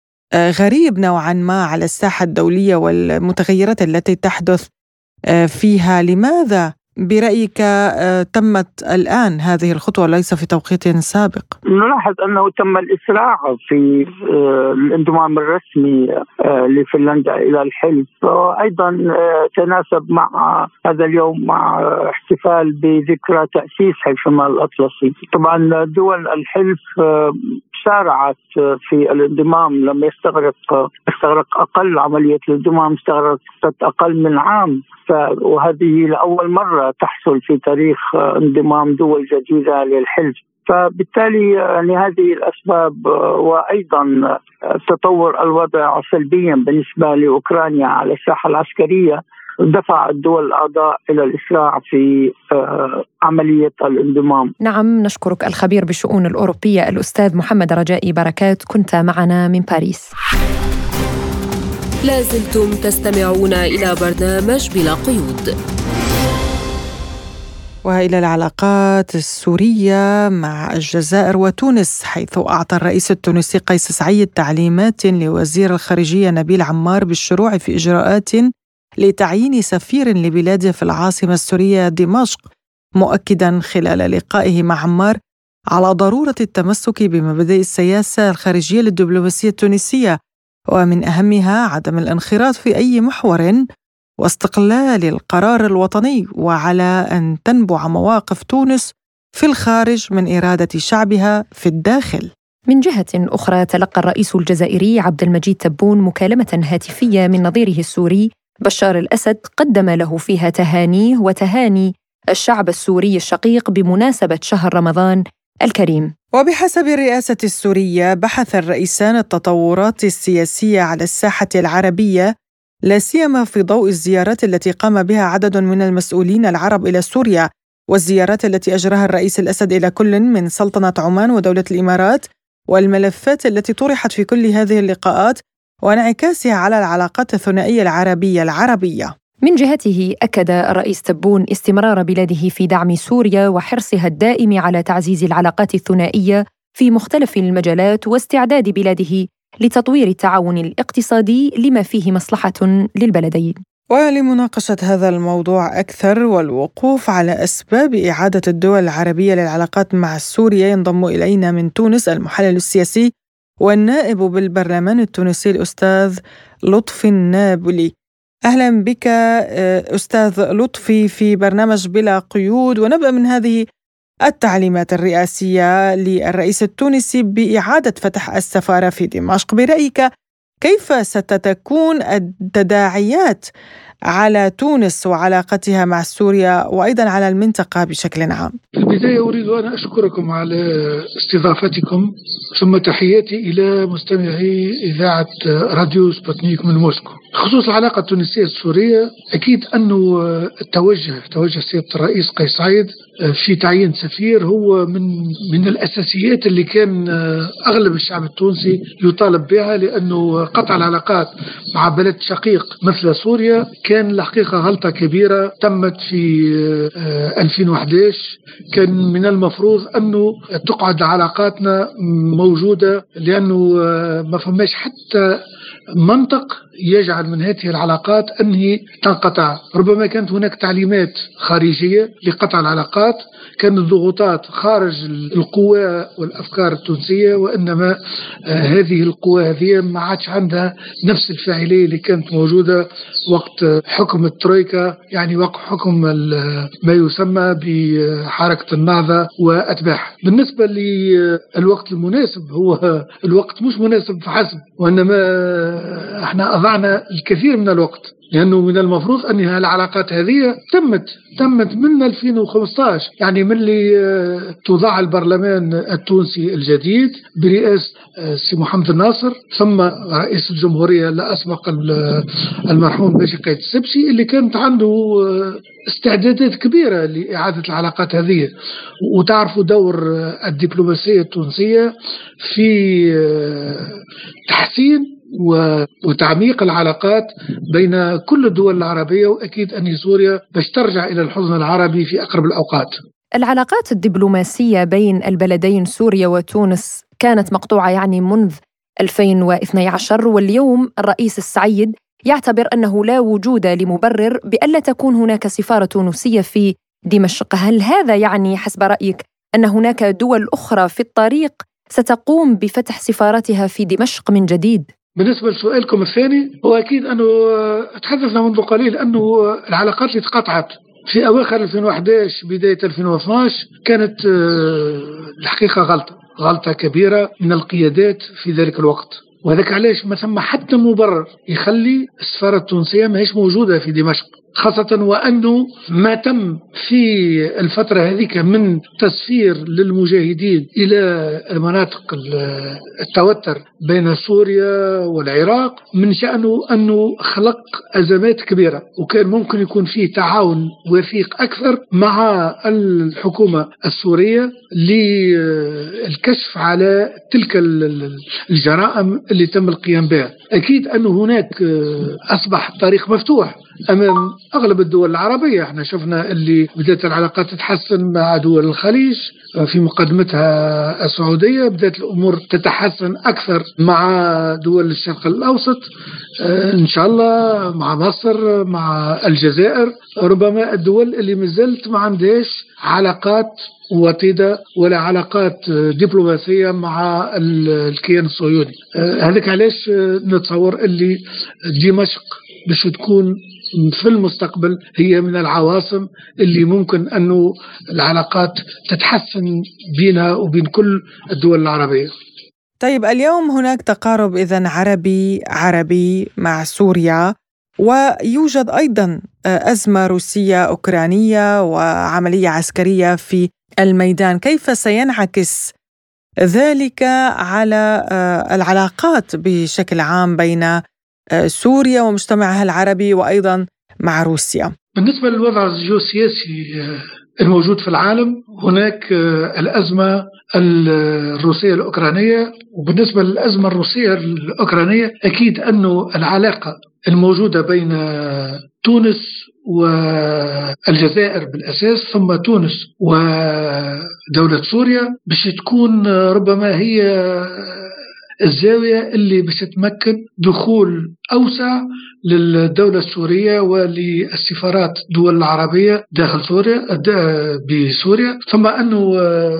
غريب نوعا ما على الساحة الدولية والمتغيرات التي تحدث فيها. لماذا برأيك تمت الآن هذه الخطوة وليس في توقيت سابق؟ نلاحظ أنه تم الإسراع في الانضمام الرسمي لفنلندا إلى الحلف، وأيضا تناسب مع هذا اليوم مع احتفال بذكرى تأسيس حلف شمال الأطلسي. طبعا دول الحلف سارعت في الانضمام، لم استغرق أقل عملية الانضمام استغرقت أقل من عام، وهذه لأول مرة تحصل في تاريخ انضمام دول جديدة للحلف. فبالتالي يعني هذه الأسباب وأيضا تطور الوضع سلبيا بالنسبة لأوكرانيا على الساحة العسكرية دفع الدول الأعضاء إلى الإسراع في عملية الانضمام. نعم، نشكرك الخبير بالشؤون الأوروبية الأستاذ محمد رجائي بركات، كنت معنا من باريس. لازلتم تستمعون إلى برنامج بلا قيود. وإلى العلاقات السورية مع الجزائر وتونس، حيث أعطى الرئيس التونسي قيس سعيد تعليمات لوزير الخارجية نبيل عمار بالشروع في إجراءات لتعيين سفير لبلاده في العاصمة السورية دمشق، مؤكدا خلال لقائه مع عمار على ضرورة التمسك بمبادئ السياسة الخارجية للدبلوماسية التونسية، ومن أهمها عدم الانخراط في أي محور واستقلال القرار الوطني، وعلى أن تنبع مواقف تونس في الخارج من إرادة شعبها في الداخل. من جهة أخرى، تلقى الرئيس الجزائري عبد المجيد تبون مكالمة هاتفية من نظيره السوري بشار الأسد قدم له فيها تهانيه وتهاني الشعب السوري الشقيق بمناسبة شهر رمضان الكريم. وبحسب الرئاسة السورية بحث الرئيسان التطورات السياسية على الساحة العربية، لا سيما في ضوء الزيارات التي قام بها عدد من المسؤولين العرب إلى سوريا، والزيارات التي أجراها الرئيس الأسد إلى كل من سلطنة عمان ودولة الإمارات، والملفات التي طرحت في كل هذه اللقاءات وانعكاسها على العلاقات الثنائية العربية. من جهته أكد الرئيس تبون استمرار بلاده في دعم سوريا وحرصها الدائم على تعزيز العلاقات الثنائية في مختلف المجالات، واستعداد بلاده لتطوير التعاون الاقتصادي لما فيه مصلحة للبلدين. ولمناقشة هذا الموضوع أكثر والوقوف على أسباب إعادة الدول العربية للعلاقات مع سوريا، ينضم إلينا من تونس المحلل السياسي والنائب بالبرلمان التونسي الأستاذ لطفي النابلي. أهلا بك أستاذ لطفي في برنامج بلا قيود، ونبدأ من هذه التعليمات الرئاسية للرئيس التونسي بإعادة فتح السفارة في دمشق. برأيك كيف ستكون التداعيات على تونس وعلاقتها مع سوريا وأيضا على المنطقة بشكل عام؟ في البداية أريد أن أشكركم على استضافتكم، ثم تحياتي إلى مستمعي إذاعة راديو سبوتنيك من موسكو. خصوص العلاقة التونسية السورية، أكيد أنه توجه سيادة الرئيس قيس سعيد في تعيين سفير هو من الأساسيات اللي كان أغلب الشعب التونسي يطالب بها، لأنه قطع العلاقات مع بلد شقيق مثل سوريا كان الحقيقة غلطة كبيرة تمت في 2011. كان من المفروض أنه تقعد علاقاتنا موجودة، لأنه ما فماش حتى منطق يجعل من هذه العلاقات أنها تنقطع. ربما كانت هناك تعليمات خارجية لقطع العلاقات، كانت ضغوطات خارج القوى والأفكار التونسية، وإنما هذه القوى هذه ما عادش عندها نفس الفاعلية اللي كانت موجودة وقت حكم الترويكا، يعني وقت حكم ما يسمى بحركة النهضة وأتباعها. بالنسبة للوقت المناسب، هو الوقت مش مناسب فحسب، وإنما احنا أضعنا الكثير من الوقت، لأنه من المفروض أن العلاقات هذه تمت من 2015، يعني من اللي توضع البرلمان التونسي الجديد برئاسة سي محمد الناصر، ثم رئيس الجمهورية اللي أسبق المرحوم باشي قايد السبسي، اللي كانت عنده استعدادات كبيرة لإعادة العلاقات هذه. وتعرفوا دور الدبلوماسية التونسية في تحسين وتعميق العلاقات بين كل الدول العربية، وأكيد أن سوريا باش ترجع إلى الحضن العربي في أقرب الأوقات. العلاقات الدبلوماسية بين البلدين سوريا وتونس كانت مقطوعة يعني منذ 2012، واليوم الرئيس السعيد يعتبر أنه لا وجود لمبرر بألا تكون هناك سفارة تونسية في دمشق. هل هذا يعني حسب رأيك أن هناك دول أخرى في الطريق ستقوم بفتح سفارتها في دمشق من جديد؟ بالنسبة لسؤالكم الثاني، هو أكيد أنه تحدثنا منذ قليل أنه العلاقات اللي تقطعت في أواخر 2011 بداية 2012 كانت الحقيقة غلطة كبيرة من القيادات في ذلك الوقت، وهذاك علاش ما ثم حتى مبرر يخلي السفارة التونسية ما هيش موجودة في دمشق، خاصة وأنه ما تم في الفترة هذيك من تسفير للمجاهدين إلى المناطق التوتر بين سوريا والعراق من شأنه أنه خلق أزمات كبيرة، وكان ممكن يكون فيه تعاون وثيق أكثر مع الحكومة السورية للكشف على تلك الجرائم اللي تم القيام بها. أكيد أنه هناك أصبح الطريق مفتوح أمام أغلب الدول العربية. احنا شفنا اللي بدأت العلاقات تتحسن مع دول الخليج، في مقدمتها السعودية، بدأت الأمور تتحسن أكثر مع دول الشرق الأوسط، إن شاء الله مع مصر، مع الجزائر، ربما الدول اللي مازالت ما عندهاش علاقات وطيدة ولا علاقات دبلوماسية مع الكيان الصهيوني. هذاك علاش نتصور اللي دمشق باش تكون في المستقبل هي من العواصم اللي ممكن أنه العلاقات تتحسن بينها وبين كل الدول العربية. طيب، اليوم هناك تقارب إذن عربي مع سوريا، ويوجد أيضا أزمة روسية أوكرانية وعملية عسكرية في الميدان. كيف سينعكس ذلك على العلاقات بشكل عام بين سوريا ومجتمعها العربي وأيضا مع روسيا؟ بالنسبة للوضع الجيوسياسي الموجود في العالم، هناك الأزمة الروسية الأوكرانية. وبالنسبة للأزمة الروسية الأوكرانية أكيد أنه العلاقة الموجودة بين تونس والجزائر بالأساس، ثم تونس ودولة سوريا، باش تكون ربما هي الزاوية اللي باش تمكن دخول أوسع للدولة السورية وللسفارات الدول العربية داخل سوريا بسوريا. ثم أنه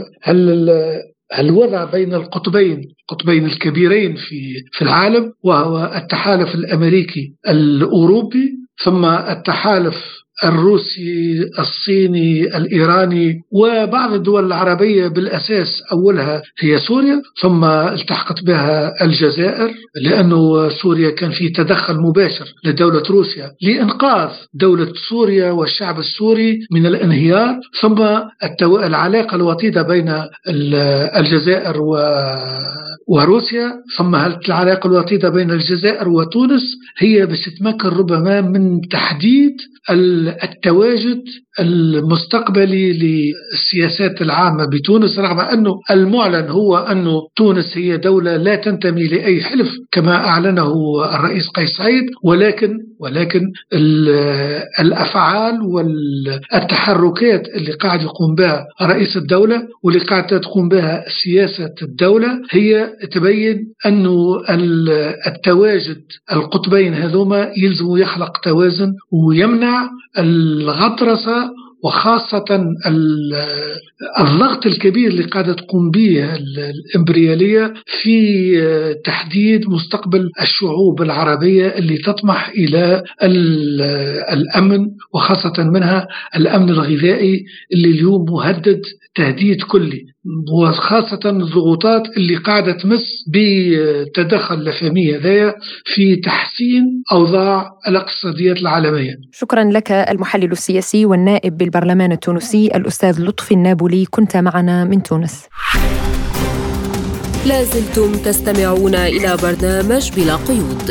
الوضع بين القطبين الكبيرين في العالم، وهو التحالف الأمريكي الأوروبي، ثم التحالف الروسي الصيني الإيراني، وبعض الدول العربية بالأساس أولها هي سوريا، ثم التحقت بها الجزائر، لأنه سوريا كان في تدخل مباشر لدولة روسيا لإنقاذ دولة سوريا والشعب السوري من الانهيار. ثم العلاقة الوطيدة بين الجزائر وروسيا، ثم العلاقة الوطيدة بين الجزائر وتونس هي باش تتمكن ربما من تحديد التواجد المستقبلي للسياسات العامة بتونس، رغم أنه المعلن هو أنه تونس هي دولة لا تنتمي لأي حلف كما أعلنه الرئيس قيس سعيد، ولكن الأفعال والتحركات اللي قاعد يقوم بها رئيس الدولة واللي قاعد تقوم بها سياسة الدولة هي تبين أنه التواجد القطبين هذوما يلزم يخلق توازن ويمنع الغطرسة، وخاصة الضغط الكبير اللي قاعدة تقوم به الإمبريالية في تحديد مستقبل الشعوب العربية اللي تطمح إلى الأمن، وخاصة منها الأمن الغذائي اللي اليوم مهدد تهديد كلي، وخاصة الضغوطات اللي قاعدة تمس بتدخل الفامي هذايا في تحسين أوضاع الاقتصاديات العالمية. شكرا لك المحلل السياسي والنائب بالبرلمان التونسي الأستاذ لطفي النابلي، كنت معنا من تونس. لازلتم تستمعون إلى برنامج بلا قيود.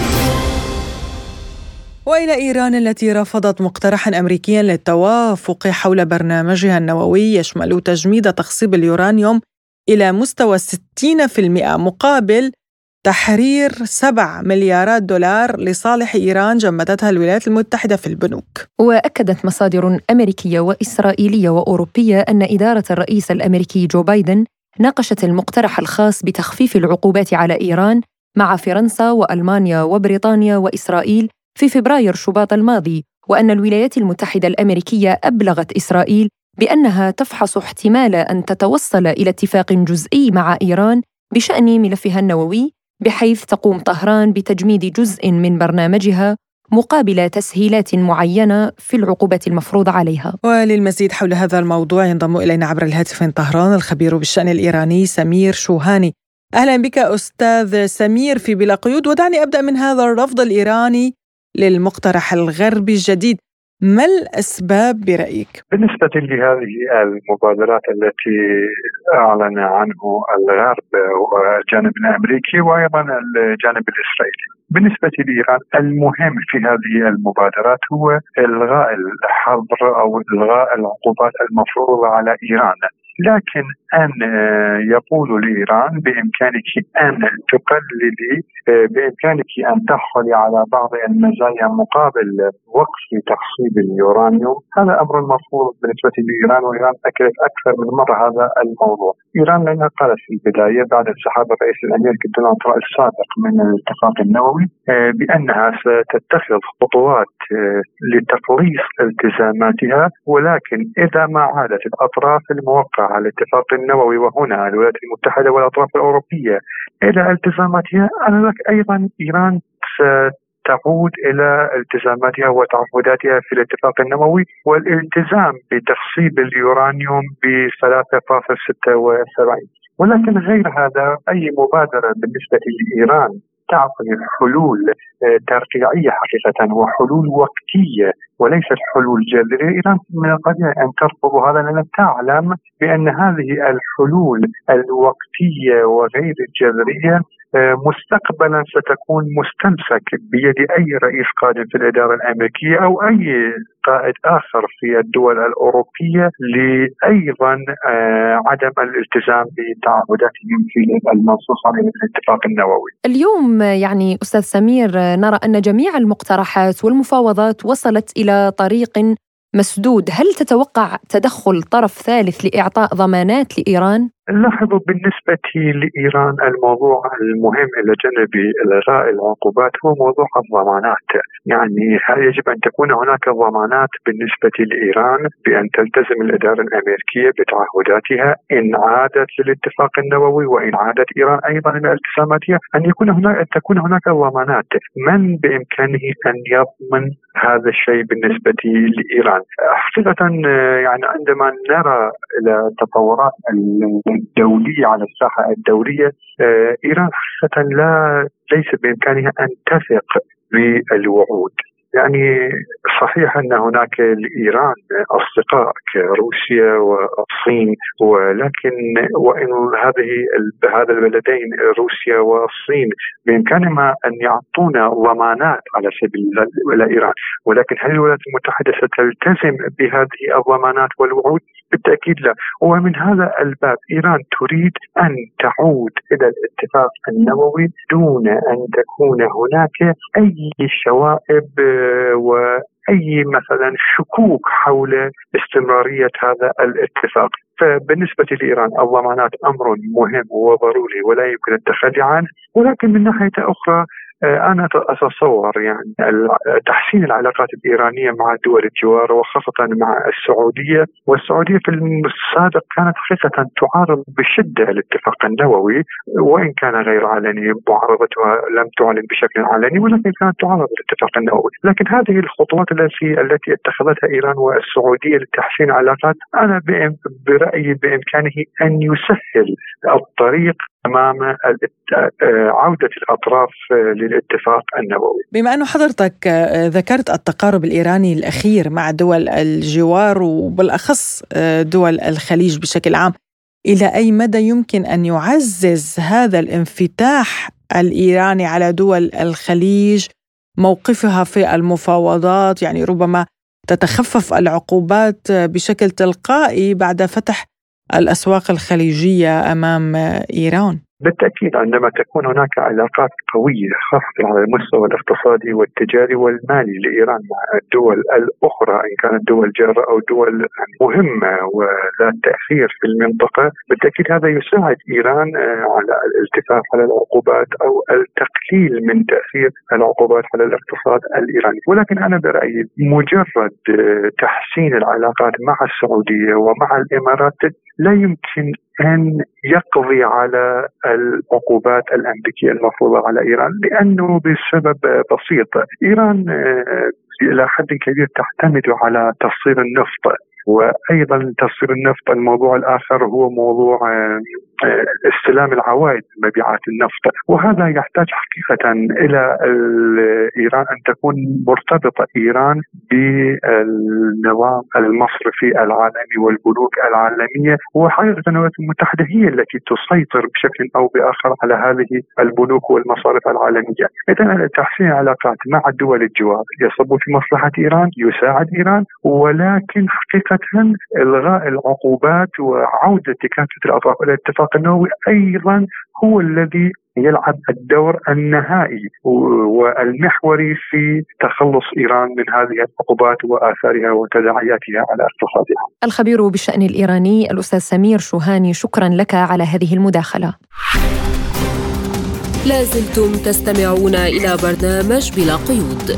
وإلى إيران التي رفضت مقترحاً أمريكياً للتوافق حول برنامجها النووي يشمل تجميد تخصيب اليورانيوم إلى مستوى 60% مقابل تحرير 7 مليارات دولار لصالح إيران جمدتها الولايات المتحدة في البنوك. وأكدت مصادر أمريكية وإسرائيلية وأوروبية أن إدارة الرئيس الأمريكي جو بايدن ناقشت المقترح الخاص بتخفيف العقوبات على إيران مع فرنسا وألمانيا وبريطانيا وإسرائيل في فبراير شباط الماضي، وأن الولايات المتحدة الأمريكية أبلغت إسرائيل بأنها تفحص احتمال أن تتوصل إلى اتفاق جزئي مع إيران بشأن ملفها النووي، بحيث تقوم طهران بتجميد جزء من برنامجها مقابل تسهيلات معينة في العقوبة المفروضة عليها. وللمزيد حول هذا الموضوع ينضم إلينا عبر الهاتف من طهران الخبير بالشأن الإيراني سمير شوهاني. أهلا بك أستاذ سمير في بلا قيود، ودعني أبدأ من هذا الرفض الإيراني للمقترح الغربي الجديد، ما الأسباب برأيك؟ بالنسبة لهذه المبادرات التي أعلن عنه الغرب والجانب الأمريكي وأيضا الجانب الإسرائيلي، بالنسبة لإيران المهم في هذه المبادرات هو إلغاء الحظر أو إلغاء العقوبات المفروضة على إيران، لكن أن يقول لإيران بإمكانك أن تقللي، بإمكانك أن تحصلي على بعض المزايا مقابل وقف تخصيب اليورانيوم، هذا أمر مرفوض بالنسبة لإيران، وإيران أكدت أكثر من مرة هذا الموضوع. إيران لأنها قالت في البداية بعد انسحاب الرئيس الأمريكي دونالد ترامب السابق من الاتفاق النووي بأنها ستتخذ خطوات لتقليص التزاماتها، ولكن إذا ما عادت الأطراف الموقعة على الاتفاق النووي وهنا الولايات المتحدة والأطراف الأوروبية إلى التزاماتها، أنذاك أيضا إيران ستعود إلى التزاماتها وتعهداتها في الاتفاق النووي والالتزام بتخصيب اليورانيوم ب3.76. ولكن غير هذا أي مبادرة بالنسبة لإيران تعطي حلول ترقيعية حقيقة وحلول وقتية وليست حلول جذرية، إيران من الطبيعي أن ترفض هذا لأنها تعلم بأن هذه الحلول الوقتية وغير الجذرية مستقبلا ستكون مستمسك بيد أي رئيس قادم في الإدارة الأمريكية أو أي قائد آخر في الدول الأوروبية لأيضا عدم الالتزام بتعهداتهم في المنصوص عليه في الاتفاق النووي. اليوم يعني أستاذ سمير نرى أن جميع المقترحات والمفاوضات وصلت إلى طريق مسدود. هل تتوقع تدخل طرف ثالث لإعطاء ضمانات لإيران؟ لاحظوا بالنسبة لإيران الموضوع المهم إلى جانب إلغاء العقوبات هو موضوع الضمانات. يعني يجب أن تكون هناك ضمانات بالنسبة لإيران بأن تلتزم الإدارة الأمريكية بتعهداتها إن عادت للاتفاق النووي وإن عادت إيران أيضا إلى التزاماتها أن تكون هناك ضمانات. من بإمكانه أن يضمن هذا الشيء بالنسبة لإيران؟ حقيقة يعني عندما نرى التطورات الدولية على الساحة الدولية إيران حقيقة ليس بإمكانها أن تثق بالوعود. يعني صحيح أن هناك لإيران أصدقاء كروسيا والصين، ولكن وإن هذا البلدين روسيا والصين بإمكانهما أن يعطونا ضمانات على سبيل إلى إيران، ولكن هل الولايات المتحدة ستلتزم بهذه الضمانات والوعود؟ بالتأكيد لا. ومن هذا الباب إيران تريد أن تعود إلى الاتفاق النووي دون أن تكون هناك أي شوائب وأي مثلا شكوك حول استمرارية هذا الاتفاق. فبالنسبة لإيران الضمانات أمر مهم وضروري ولا يمكن التخلي عنه، ولكن من ناحية أخرى أنا أتصور يعني تحسين العلاقات الإيرانية مع دول الجوار وخاصة مع السعودية، والسعودية في السابق كانت حقيقة تعارض بشدة الاتفاق النووي وإن كان غير علني، معارضتها لم تعلن بشكل علني ولكن كانت تعارض الاتفاق النووي. لكن هذه الخطوات التي اتخذتها إيران والسعودية لتحسين العلاقات أنا برأيي بإمكانه أن يسهل الطريق أمام عودة الأطراف للاتفاق النووي. بما أنه حضرتك ذكرت التقارب الإيراني الأخير مع دول الجوار وبالأخص دول الخليج بشكل عام، إلى أي مدى يمكن أن يعزز هذا الانفتاح الإيراني على دول الخليج موقفها في المفاوضات؟ يعني ربما تتخفف العقوبات بشكل تلقائي بعد فتح الأسواق الخليجية أمام إيران. بالتأكيد عندما تكون هناك علاقات قوية خاصة على المستوى الاقتصادي والتجاري والمالي لإيران مع الدول الأخرى إن كانت دول جارة أو دول مهمة وذات تأثير في المنطقة، بالتأكيد هذا يساعد إيران على الالتفاف على العقوبات أو التقليل من تأثير العقوبات على الاقتصاد الإيراني. ولكن أنا برأيي مجرد تحسين العلاقات مع السعودية ومع الإمارات لا يمكن أن يقضي على العقوبات الأمريكية المفروضة على إيران، لأنه بسبب بسيط إيران إلى حد كبير تعتمد على تصدير النفط، وأيضا تصدير النفط الموضوع الآخر هو موضوع استلام العوائد من مبيعات النفط، وهذا يحتاج حقيقة إلى إيران أن تكون مرتبطة إيران بالنظام المصرفي العالمي والبنوك العالمية، وحقيقة الولايات المتحدة هي التي تسيطر بشكل أو بآخر على هذه البنوك والمصارف العالمية. إذن تحسين العلاقات مع الدول الجوار يصب في مصلحة إيران، يساعد إيران، ولكن حقيقة إلغاء العقوبات وعودة كافة الأطراف إلى الاتفاق النووي أيضا هو الذي يلعب الدور النهائي والمحوري في تخلص إيران من هذه العقوبات وآثارها وتداعياتها على اقتصادها. الخبير بالشأن الإيراني الأستاذ سمير شوهاني، شكرا لك على هذه المداخلة. لازلتم تستمعون إلى برنامج بلا قيود.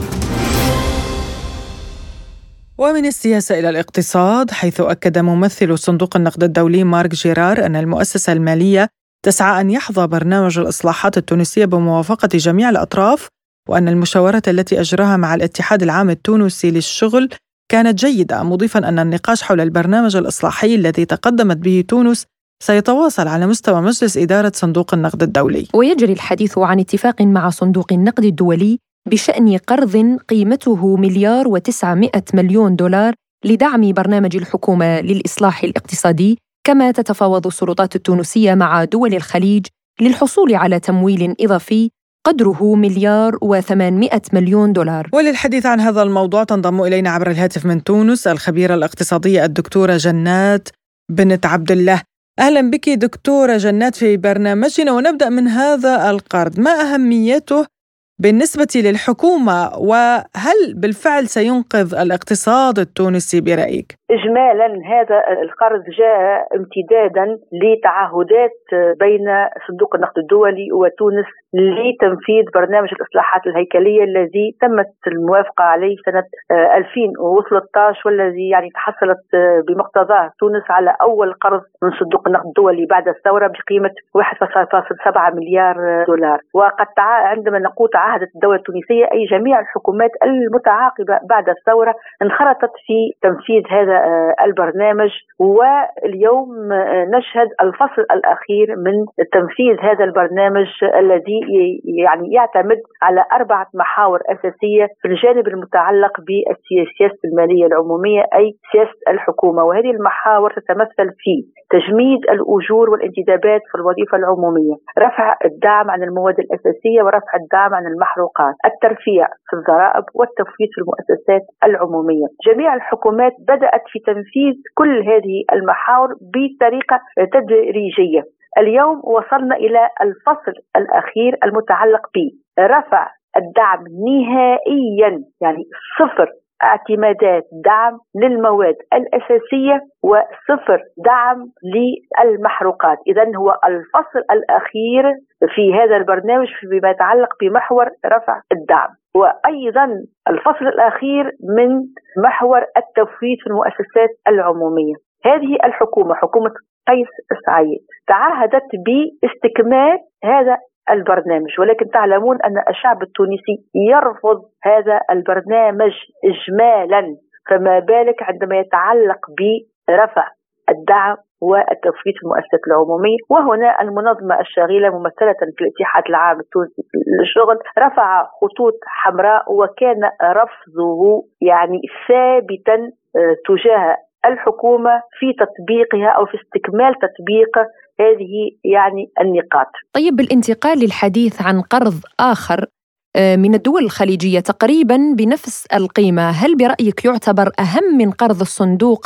ومن السياسة إلى الاقتصاد، حيث أكد ممثل صندوق النقد الدولي مارك جيرار أن المؤسسة المالية تسعى أن يحظى برنامج الإصلاحات التونسية بموافقة جميع الأطراف، وأن المشاورة التي أجراها مع الاتحاد العام التونسي للشغل كانت جيدة، مضيفا أن النقاش حول البرنامج الإصلاحي الذي تقدمت به تونس سيتواصل على مستوى مجلس إدارة صندوق النقد الدولي. ويجري الحديث عن اتفاق مع صندوق النقد الدولي بشأن قرض قيمته $1,900,000,000 لدعم برنامج الحكومة للإصلاح الاقتصادي، كما تتفاوض السلطات التونسية مع دول الخليج للحصول على تمويل إضافي قدره $1,800,000,000. وللحديث عن هذا الموضوع تنضم إلينا عبر الهاتف من تونس الخبيرة الاقتصادية الدكتورة جنات بنت عبد الله. أهلا بك دكتورة جنات في برنامجنا، ونبدأ من هذا القرض. ما أهميته بالنسبة للحكومة، وهل بالفعل سينقذ الاقتصاد التونسي برأيك؟ إجمالا هذا القرض جاء امتدادا لتعهدات بين صندوق النقد الدولي وتونس لتنفيذ برنامج الإصلاحات الهيكلية الذي تمت الموافقة عليه سنة 2013، والذي يعني تحصلت بمقتضاه تونس على أول قرض من صندوق النقد الدولي بعد الثورة بقيمة 1.7 مليار دولار. وقد عندما نقول تعهدت الدولة التونسية أي جميع الحكومات المتعاقبة بعد الثورة انخرطت في تنفيذ هذا البرنامج، واليوم نشهد الفصل الأخير من تنفيذ هذا البرنامج الذي يعني يعتمد على 4 محاور أساسية في الجانب المتعلق بالسياسة المالية العمومية أي سياسة الحكومة. وهذه المحاور تتمثل في تجميد الأجور والانتدابات في الوظيفة العمومية، رفع الدعم عن المواد الأساسية ورفع الدعم عن المحروقات، الترفيع في الضرائب والتفويض في المؤسسات العمومية. جميع الحكومات بدأت في تنفيذ كل هذه المحاور بطريقة تدريجية. اليوم وصلنا إلى الفصل الأخير المتعلق برفع الدعم نهائيا، يعني 0 اعتمادات دعم للمواد الأساسية و0 دعم للمحروقات. إذن هو الفصل الأخير في هذا البرنامج فيما يتعلق بمحور رفع الدعم، وأيضا الفصل الأخير من محور التفويض في المؤسسات العمومية. هذه الحكومة، حكومة قيس سعيد، تعهدت باستكمال هذا البرنامج، ولكن تعلمون أن الشعب التونسي يرفض هذا البرنامج إجمالا، فما بالك عندما يتعلق برفع الدعم والتفويض في المؤسسات العمومية. وهنا المنظمة الشغيلة ممثلة في الاتحاد العام التونسي للشغل رفع خطوط حمراء، وكان رفضه يعني ثابتا تجاه الحكومة في تطبيقها أو في استكمال تطبيق هذه يعني النقاط. طيب، بالانتقال للحديث عن قرض آخر من الدول الخليجية تقريبا بنفس القيمة، هل برأيك يعتبر أهم من قرض الصندوق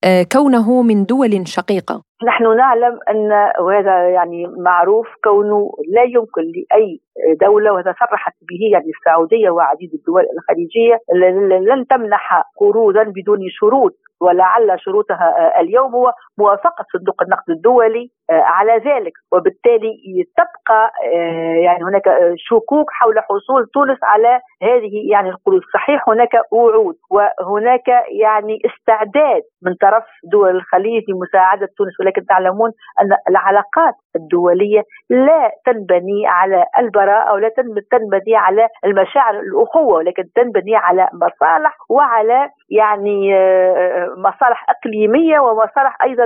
كونه من دول شقيقة؟ نحن نعلم أن، وهذا يعني معروف، كونه لا يمكن لأي دولة، وهذا صرحت به يعني السعودية وعديد الدول الخليجية، لن تمنح قروضا بدون شروط، ولعل شروطها اليوم هو موافقة صندوق النقد الدولي على ذلك. وبالتالي تبقى يعني هناك شكوك حول حصول تونس على هذه يعني القروض. صحيح هناك وعود وهناك يعني استعداد من طرف دول الخليج لمساعدة تونس، ولكن تعلمون أن العلاقات الدولية لا تنبني على البراءة ولا تنبني على المشاعر الأخوة، ولكن تنبني على مصالح وعلى يعني مصالح إقليمية ومصالح أيضا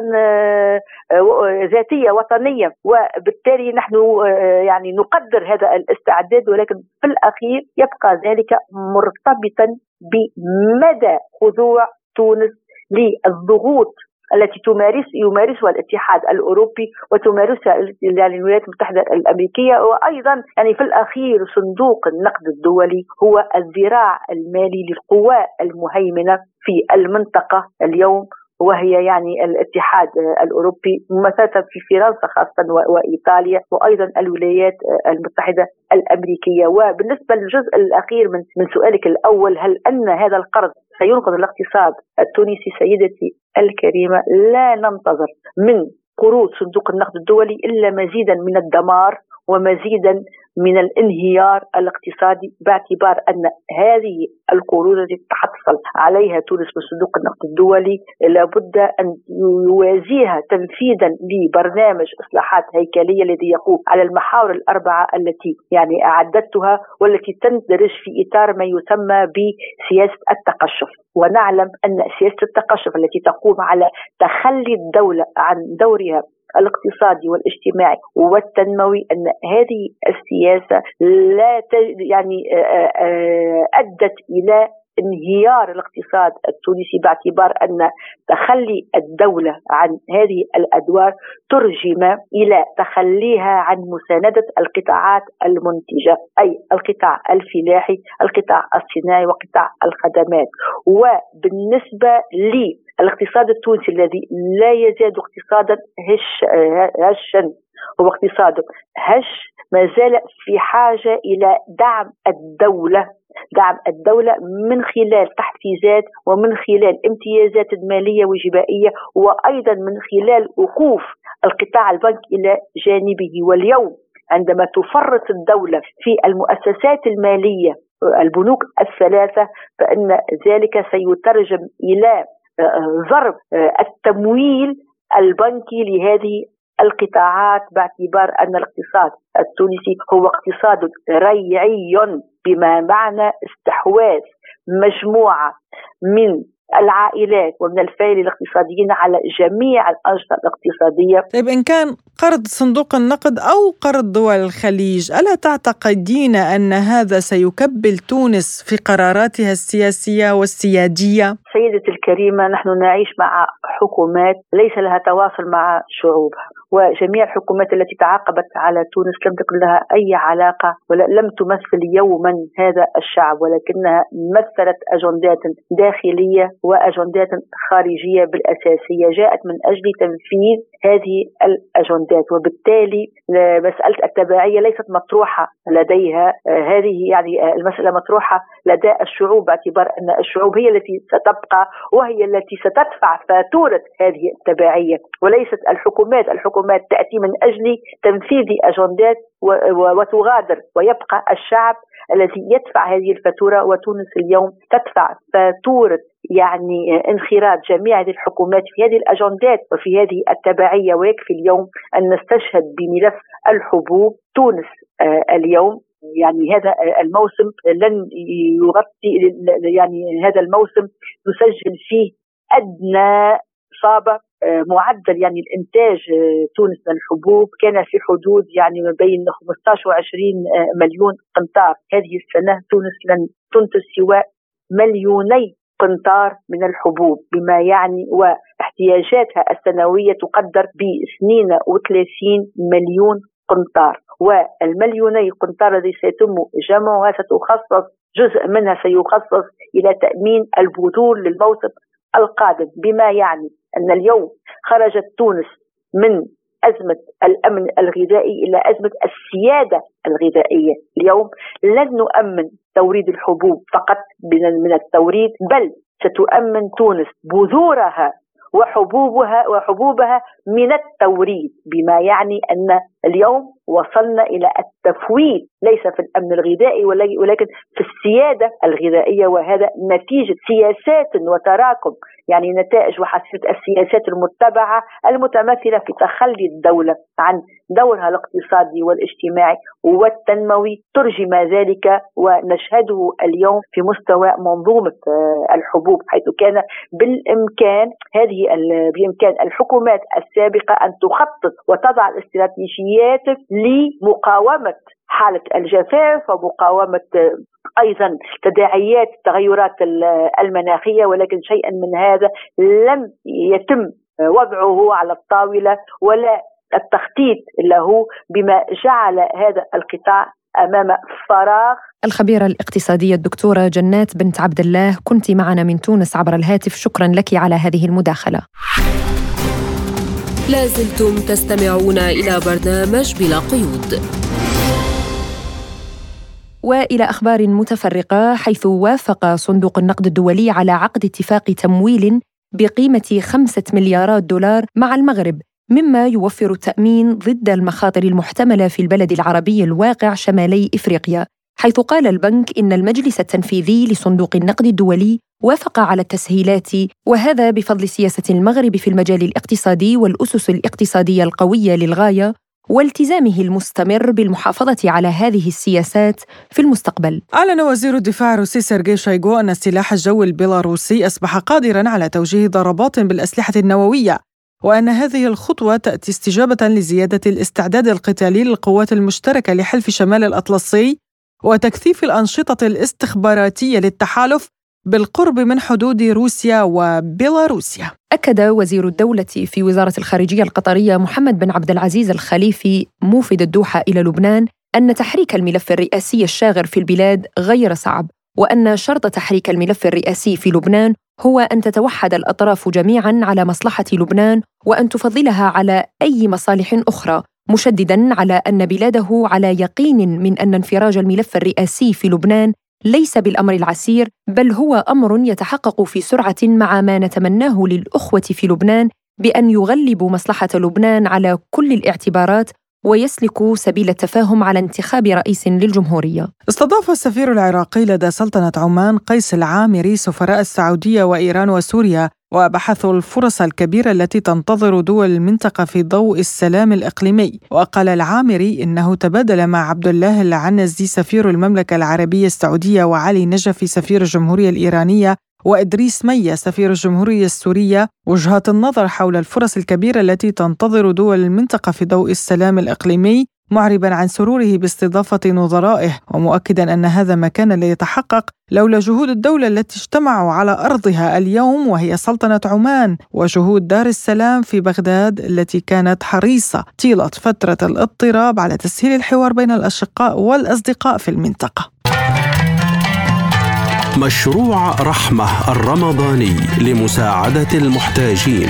ذاتية وطنية. وبالتالي نحن يعني نقدر هذا الاستعداد، ولكن في الأخير يبقى ذلك مرتبطا بمدى خضوع تونس للضغوط التي يمارسها الاتحاد الأوروبي وتمارسها الولايات المتحدة الأمريكية، وأيضا يعني في الأخير صندوق النقد الدولي هو الذراع المالي للقوى المهيمنة في المنطقة اليوم، وهي يعني الاتحاد الأوروبي ممثلة في فرنسا خاصة وإيطاليا وأيضا الولايات المتحدة الأمريكية. وبالنسبة للجزء الأخير من سؤالك الأول، هل أن هذا القرض سينقذ الاقتصاد التونسي؟ سيدتي الكريمة، لا ننتظر من قروض صندوق النقد الدولي إلا مزيدا من الدمار ومزيدا من الانهيار الاقتصادي، باعتبار أن هذه القروض التي تحصل عليها تونس من صندوق النقد الدولي لابد أن يوازيها تنفيذا لبرنامج إصلاحات هيكلية الذي يقوم على المحاور الأربعة التي يعني أعددتها، والتي تندرج في إطار ما يسمى بسياسة التقشف. ونعلم أن سياسة التقشف التي تقوم على تخلي الدولة عن دورها الاقتصادي والاجتماعي والتنموي أن هذه السياسة لا أدت إلى انهيار الاقتصاد التونسي، باعتبار أن تخلي الدولة عن هذه الأدوار ترجم إلى تخليها عن مساندة القطاعات المنتجة، أي القطاع الفلاحي، القطاع الصناعي، وقطاع الخدمات. وبالنسبة للاقتصاد التونسي الذي لا يزال اقتصادا هشا، هو اقتصاد هش، ما زال في حاجة إلى دعم الدولة من خلال تحفيزات ومن خلال امتيازات مالية وجبائية، وأيضا من خلال وقوف القطاع البنكي إلى جانبه. واليوم عندما تفرط الدولة في المؤسسات المالية البنوك الثلاثة، فإن ذلك سيترجم إلى ضرب التمويل البنكي لهذه القطاعات، باعتبار أن الاقتصاد التونسي هو اقتصاد ريعي، بما معنى استحواذ مجموعة من العائلات ومن الفاعلين الاقتصاديين على جميع الأنشطة الاقتصادية. طيب، إن كان قرض صندوق النقد أو قرض دول الخليج، ألا تعتقدين أن هذا سيكبل تونس في قراراتها السياسية والسيادية؟ سيدتي الكريمة، نحن نعيش مع حكومات ليس لها تواصل مع شعوبها، وجميع الحكومات التي تعاقبت على تونس لم تكن لها أي علاقة ولم تمثل يوما هذا الشعب، ولكنها مثلت أجندات داخلية وأجندات خارجية بالأساسية جاءت من أجل تنفيذ هذه الأجندات. وبالتالي مسألة التبعية ليست مطروحة لديها، هذه المسألة مطروحة لدى الشعوب، باعتبار أن الشعوب هي التي ستبقى وهي التي ستدفع فاتورة هذه التبعية، وليست الحكومات. الحكومات تأتي من أجل تنفيذ أجندات وتغادر، ويبقى الشعب الذي يدفع هذه الفاتورة. وتونس اليوم تدفع فاتورة انخراط جميع هذه الحكومات في هذه الأجندات وفي هذه التبعية. ويكفي اليوم أن نستشهد بملف الحبوب. تونس اليوم هذا الموسم لن يغطي، هذا الموسم يسجل فيه أدنى صابة معدل الإنتاج تونس من الحبوب كان في حدود ما بين 15 و20 مليون قنطار. هذه السنة تونس لن تنتج سوى 2 مليون قنطار من الحبوب، بما واحتياجاتها السنوية تقدر ب 32 مليون قنطار. والمليوني قنطار الذي سيتم جمعها ستخصص جزء منها سيخصص إلى تأمين البذور للموسم القادم، بما أن اليوم خرجت تونس من أزمة الأمن الغذائي إلى أزمة السيادة الغذائية. اليوم لن نؤمن توريد الحبوب فقط من التوريد، بل ستؤمن تونس بذورها وحبوبها من التوريد، بما أن اليوم وصلنا إلى التفويض ليس في الأمن الغذائي ولكن في السيادة الغذائية. وهذا نتيجة سياسات وتراكم نتائج وحصيلة السياسات المتبعة المتمثلة في تخلي الدولة عن دورها الاقتصادي والاجتماعي والتنموي، ترجم ذلك ونشهده اليوم في مستوى منظومة الحبوب، حيث كان بإمكان الحكومات السابقة أن تخطط وتضع الاستراتيجيات لمقاومة حالة الجفاف ومقاومة أيضا تداعيات التغيرات المناخية، ولكن شيئا من هذا لم يتم وضعه على الطاولة ولا التخطيط له، بما جعل هذا القطاع أمام فراغ. الخبيرة الاقتصادية الدكتورة جنات بنت عبد الله، كنت معنا من تونس عبر الهاتف، شكرا لك على هذه المداخلة. لازلتم تستمعون إلى برنامج بلا قيود. وإلى أخبار متفرقة، حيث وافق صندوق النقد الدولي على عقد اتفاق تمويل بقيمة 5 مليارات دولار مع المغرب، مما يوفر التأمين ضد المخاطر المحتملة في البلد العربي الواقع شمالي إفريقيا، حيث قال البنك إن المجلس التنفيذي لصندوق النقد الدولي وافق على التسهيلات، وهذا بفضل سياسة المغرب في المجال الاقتصادي والأسس الاقتصادية القوية للغاية، والتزامه المستمر بالمحافظة على هذه السياسات في المستقبل. أعلن وزير الدفاع الروسي سيرجي شويغو أن السلاح الجوي البيلاروسي أصبح قادراً على توجيه ضربات بالأسلحة النووية، وأن هذه الخطوة تأتي استجابة لزيادة الاستعداد القتالي للقوات المشتركة لحلف شمال الأطلسي وتكثيف الأنشطة الاستخباراتية للتحالف بالقرب من حدود روسيا وبيلاروسيا. أكد وزير الدولة في وزارة الخارجية القطرية محمد بن عبد العزيز الخليفي موفد الدوحة إلى لبنان أن تحريك الملف الرئاسي الشاغر في البلاد غير صعب، وأن شرط تحريك الملف الرئاسي في لبنان هو أن تتوحد الأطراف جميعاً على مصلحة لبنان وأن تفضلها على أي مصالح أخرى، مشدداً على أن بلاده على يقين من أن انفراج الملف الرئاسي في لبنان ليس بالأمر العسير، بل هو أمر يتحقق في سرعة مع ما نتمناه للأخوة في لبنان بأن يغلبوا مصلحة لبنان على كل الاعتبارات ويسلكوا سبيل التفاهم على انتخاب رئيس للجمهورية. استضاف السفير العراقي لدى سلطنة عمان قيس العامري سفراء السعودية وإيران وسوريا، وبحثوا الفرص الكبيرة التي تنتظر دول المنطقة في ضوء السلام الإقليمي. وقال العامري إنه تبادل مع عبد الله العنزي سفير المملكة العربية السعودية وعلي نجفي سفير الجمهورية الإيرانية وإدريس مية سفير الجمهورية السورية وجهات النظر حول الفرص الكبيرة التي تنتظر دول المنطقة في ضوء السلام الإقليمي، معرباً عن سروره باستضافة نظرائه ومؤكداً أن هذا ما كان ليتحقق لولا جهود الدولة التي اجتمعوا على أرضها اليوم وهي سلطنة عمان، وجهود دار السلام في بغداد التي كانت حريصة طيلة فترة الاضطراب على تسهيل الحوار بين الأشقاء والأصدقاء في المنطقة. مشروع رحمة الرمضاني لمساعدة المحتاجين.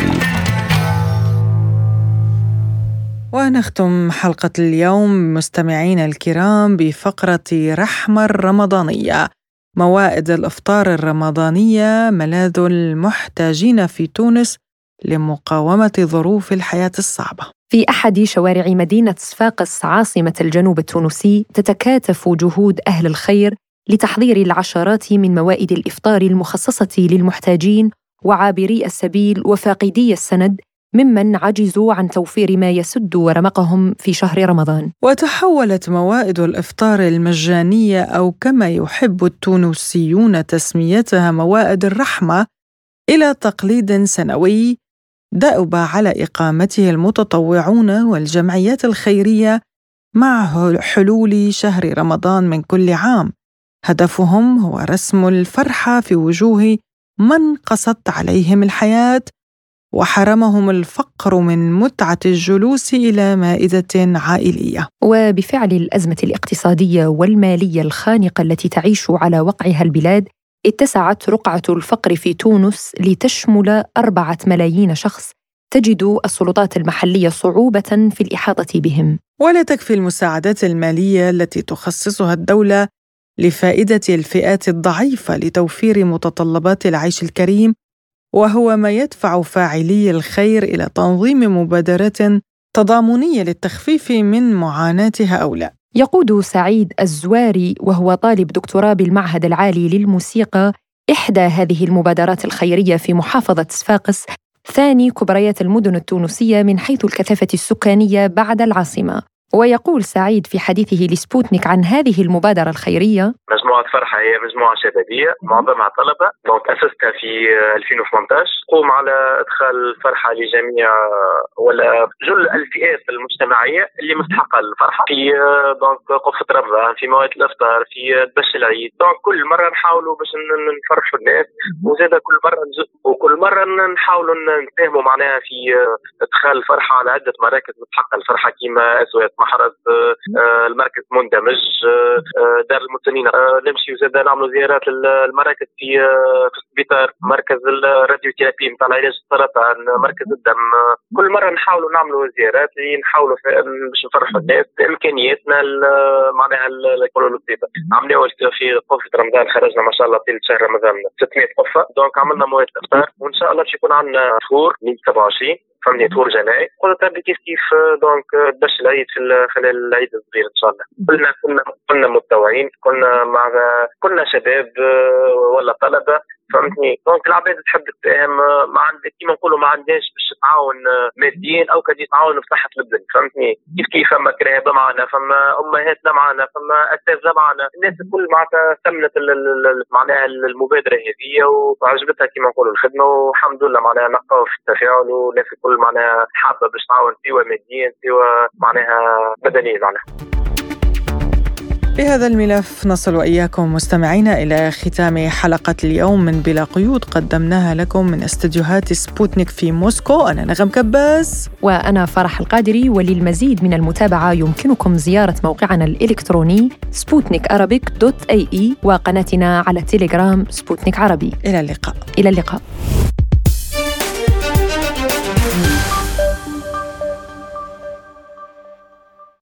ونختم حلقة اليوم مستمعينا الكرام بفقرة رحمة الرمضانية. موائد الإفطار الرمضانية ملاذ المحتاجين في تونس لمقاومة ظروف الحياة الصعبة. في أحد شوارع مدينة صفاقس عاصمة الجنوب التونسي تتكاتف جهود أهل الخير لتحضير العشرات من موائد الإفطار المخصصة للمحتاجين وعابري السبيل وفاقدي السند ممن عجزوا عن توفير ما يسد ورمقهم في شهر رمضان. وتحولت موائد الإفطار المجانية أو كما يحب التونسيون تسميتها موائد الرحمة إلى تقليد سنوي دأب على إقامته المتطوعون والجمعيات الخيرية مع حلول شهر رمضان من كل عام. هدفهم هو رسم الفرحة في وجوه من قست عليهم الحياة وحرمهم الفقر من متعة الجلوس إلى مائدة عائلية. وبفعل الأزمة الاقتصادية والمالية الخانقة التي تعيش على وقعها البلاد، اتسعت رقعة الفقر في تونس لتشمل 4 ملايين شخص تجد السلطات المحلية صعوبة في الإحاطة بهم. ولا تكفي المساعدات المالية التي تخصصها الدولة لفائدة الفئات الضعيفة لتوفير متطلبات العيش الكريم، وهو ما يدفع فاعلي الخير إلى تنظيم مبادرات تضامنية للتخفيف من معاناة هؤلاء. يقود سعيد الزواري وهو طالب دكتوراه بالمعهد العالي للموسيقى إحدى هذه المبادرات الخيرية في محافظة صفاقس، ثاني كبريات المدن التونسية من حيث الكثافة السكانية بعد العاصمة. ويقول سعيد في حديثه لسبوتنيك عن هذه المبادرة الخيرية: مجموعة فرحة هي مجموعة شبابية معظمها طلبة، أسستها في 2018، تقوم على إدخال الفرحة لجميع ولا جل الفئات المجتمعية اللي مستحقة الفرحة في قفة رمضان، في موائد الإفطار، في دبش العيد. كل مرة نحاولوا باش نفرحوا الناس، وزاد كل مرة نحاولوا نساهموا معناها في إدخال الفرحة على عدة مراكز مستحقة الفرحة كيما أسوات محرز، المركز مندمج، دار المسنين. نمشي وزاد نعملوا زيارات للمراكز في السبيطار، مركز الراديو ثيرابي نتاع العلاج السرطان، مركز الدم. كل مره نحاولوا نعملوا زيارات اللي نحاولوا باش نفرحوا الناس بامكانياتنا معناها يقولوا البسيطه. عملنا في قفه رمضان، خرجنا ما شاء الله طيله شهر رمضان 600 قفه، عملنا مواد الافطار، وان شاء الله باش يكون عندنا فطور من 27 فهمني طور جماعي. قلت كيف باش العيد في خلال العيد الصغير ان شاء الله. كلنا متطوعين، كلنا شباب ولا طلبه، فهمتني؟ دونك العباد تحب تتفاهم، ما عندك كيما نقولوا ما عندناش باش تعاون ماديا او كان يتعاونوا في صحه البدن، فهمتني؟ كيف فما كرهبه معنا، فما امهاتنا معنا، فما اساتذه معنا، الناس الكل معناتها ثمنت معناها المبادره هذه وعجبتها كيما نقولوا الخدمه، والحمد لله معناها نلقاو في التفاعل والناس الكل معناها حابه باش تعاون سواء ماديا سواء معناها بدنيا معناها. بهذا الملف نصل وإياكم مستمعينا إلى ختام حلقة اليوم من بلا قيود قدمناها لكم من استديوهات سبوتنيك في موسكو. أنا نغم كباس وأنا فرح القادري. وللمزيد من المتابعة يمكنكم زيارة موقعنا الإلكتروني sputnikarabic.ae وقناتنا على التليجرام سبوتنيك عربي. إلى اللقاء. إلى اللقاء.